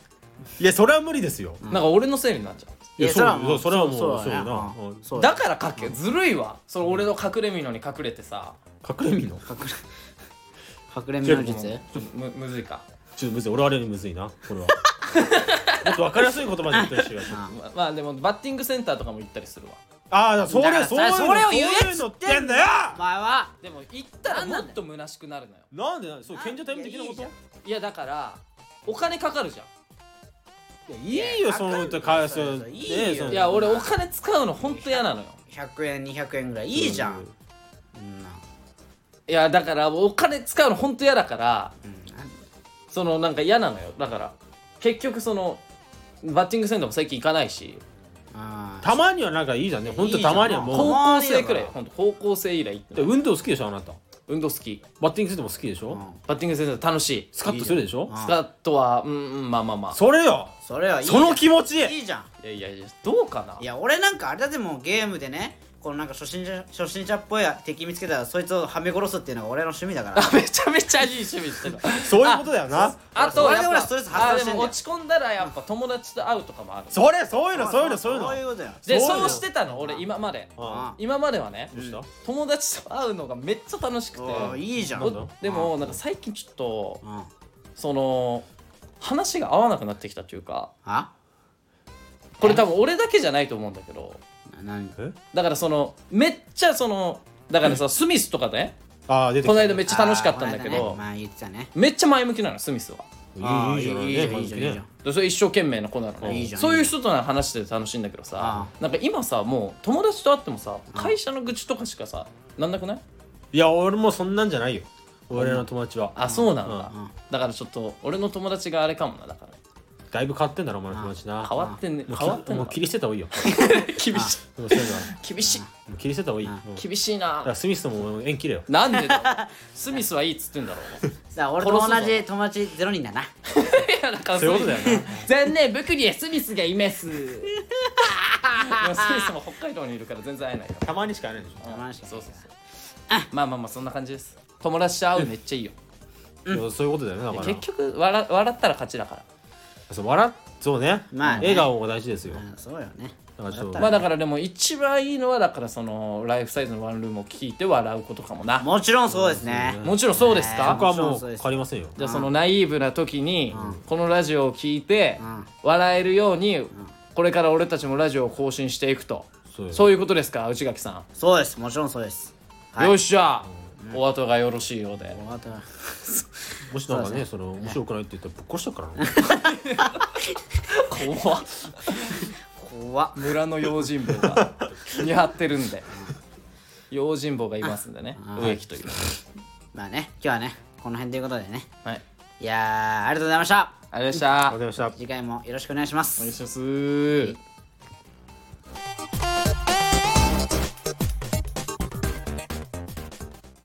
Speaker 3: いやそれは無理ですよ。
Speaker 2: なんか俺のせいになっちゃう。
Speaker 3: いやそれはもうそう
Speaker 1: だね
Speaker 3: な。
Speaker 2: だからかけずるいわ。その俺の隠れみのに隠れてさ。
Speaker 3: 隠れみの
Speaker 1: 隠れみの術
Speaker 2: むずいか。
Speaker 3: ちょっとむずい。俺はあれにむずいなこれは。もっと分かりやすい言葉で言ったりしてる。
Speaker 2: まあでもバッティングセンターとかも行ったりするわ。
Speaker 3: ああ、それを言
Speaker 1: え
Speaker 3: のってんだよ。
Speaker 1: お前は
Speaker 2: でも行ったらもっと虚しくなるのよ。
Speaker 3: なんでそう賢者タイム的なこと？
Speaker 2: いやだからお金かかるじゃん。
Speaker 3: いいよそのと返す。
Speaker 2: いや俺お金使うのほんと嫌なのよ。
Speaker 1: 100円200円ぐらいいいじゃん。
Speaker 2: いやだからお金使うのほんと嫌だから、そのなんか嫌なのよ。だから結局そのバッティングセンターも最近行かないし、
Speaker 3: たまにはなんかいいじゃんね。ほんとたまにはもう
Speaker 2: 高校生くらい、ほんと高校生以来行って。
Speaker 3: 運動好きでしょあなた。
Speaker 2: 運動好き。
Speaker 3: バッティングセンターも好きでしょ。
Speaker 2: バッティングセンター楽しい。
Speaker 3: スカッとするでしょ。
Speaker 2: スカッとはまあまあまあ。
Speaker 3: それよ。
Speaker 1: それはいい。
Speaker 3: その気持ち
Speaker 1: いいじゃん。
Speaker 2: いやどうかな。
Speaker 1: いや俺なんかあれだでもゲームでね、このなんか初心者っぽい敵見つけたらそいつをはめ殺すっていうのが俺の趣味だから。
Speaker 2: めちゃめちゃいい趣味してる。
Speaker 3: そういうことだよな。
Speaker 2: あとやっぱ
Speaker 1: ストレス発散してんだよ。
Speaker 2: でも落ち込んだらやっぱ友達と会うとかもある。
Speaker 3: そういうの
Speaker 1: そういうことよ。
Speaker 2: でそうしてたの俺今まではね、
Speaker 3: どうした？
Speaker 2: 友達と会うのがめっちゃ楽しくて。
Speaker 1: いいじゃん。
Speaker 2: でもなんか最近ちょっとその話が合わなくなってきたっていうか、これ多分俺だけじゃないと思うんだけど、だからそのめっちゃそのだからさスミスとかね、この間めっちゃ楽しかったんだけど、めっちゃ前向きなのスミスは。
Speaker 3: いいじゃんいいじゃん。
Speaker 2: それ一生懸命な子なのね。そういう人と話してて楽しいんだけどさ、なんか今さもう友達と会ってもさ会社の愚痴とかしかさなんなくない？
Speaker 3: いや俺もそんなんじゃないよ俺の友達は。
Speaker 2: あそうなんだ。だからちょっと俺の友達があれかもな。だから
Speaker 3: だいぶ変わってんだろお前の友達な。
Speaker 2: 変わってんね。変わってんの。
Speaker 3: もう切り捨てた方がいいよ。
Speaker 2: 厳しい厳しい
Speaker 3: 切り捨てた方がいい。
Speaker 2: 厳しいな。
Speaker 3: スミスとも縁切れよ。
Speaker 2: なんでだ。スミスはいいっつってんだろう。
Speaker 1: さあ俺と同じ友達0人だな。
Speaker 3: そういうことだよな。
Speaker 2: 残念僕にはスミスがいます。スミスも北海道にいるから全然会えないよ。
Speaker 3: たまにしか会えないでしょ。
Speaker 1: たまにしか。
Speaker 2: そうまあそんな感じです。友達と会うめっちゃいいよ。
Speaker 3: そういうことだよね。だから
Speaker 2: 結局笑ったら勝ちだから。
Speaker 3: そうね。笑顔が大事ですよ。
Speaker 1: そうよね。
Speaker 2: まあだからでも一番いいのはだからそのライフサイズのワンルームを聞いて笑うことかもな。
Speaker 1: もちろんそうですね。
Speaker 2: もちろんそうですか。
Speaker 3: 僕はもう変わりませんよ。
Speaker 2: じゃあそのナイーブな時にこのラジオを聞いて笑えるようにこれから俺たちもラジオを更新していくと、そういうことですか内垣さん。
Speaker 1: そうです、もちろんそうです。
Speaker 2: よっしゃ、お後がよろしいようで。
Speaker 3: もしなんかねその面白くないって言ったらぶっ殺したからね。
Speaker 2: 怖っ。村の用心棒が見張ってるんで、用心棒がいますんでね、植木という。
Speaker 1: まあね今日はねこの辺ということでね。
Speaker 2: はい。
Speaker 1: いやありがとうございました。
Speaker 2: ありがとうございました。
Speaker 1: 次回もよろしくお願いします。
Speaker 2: お願いします。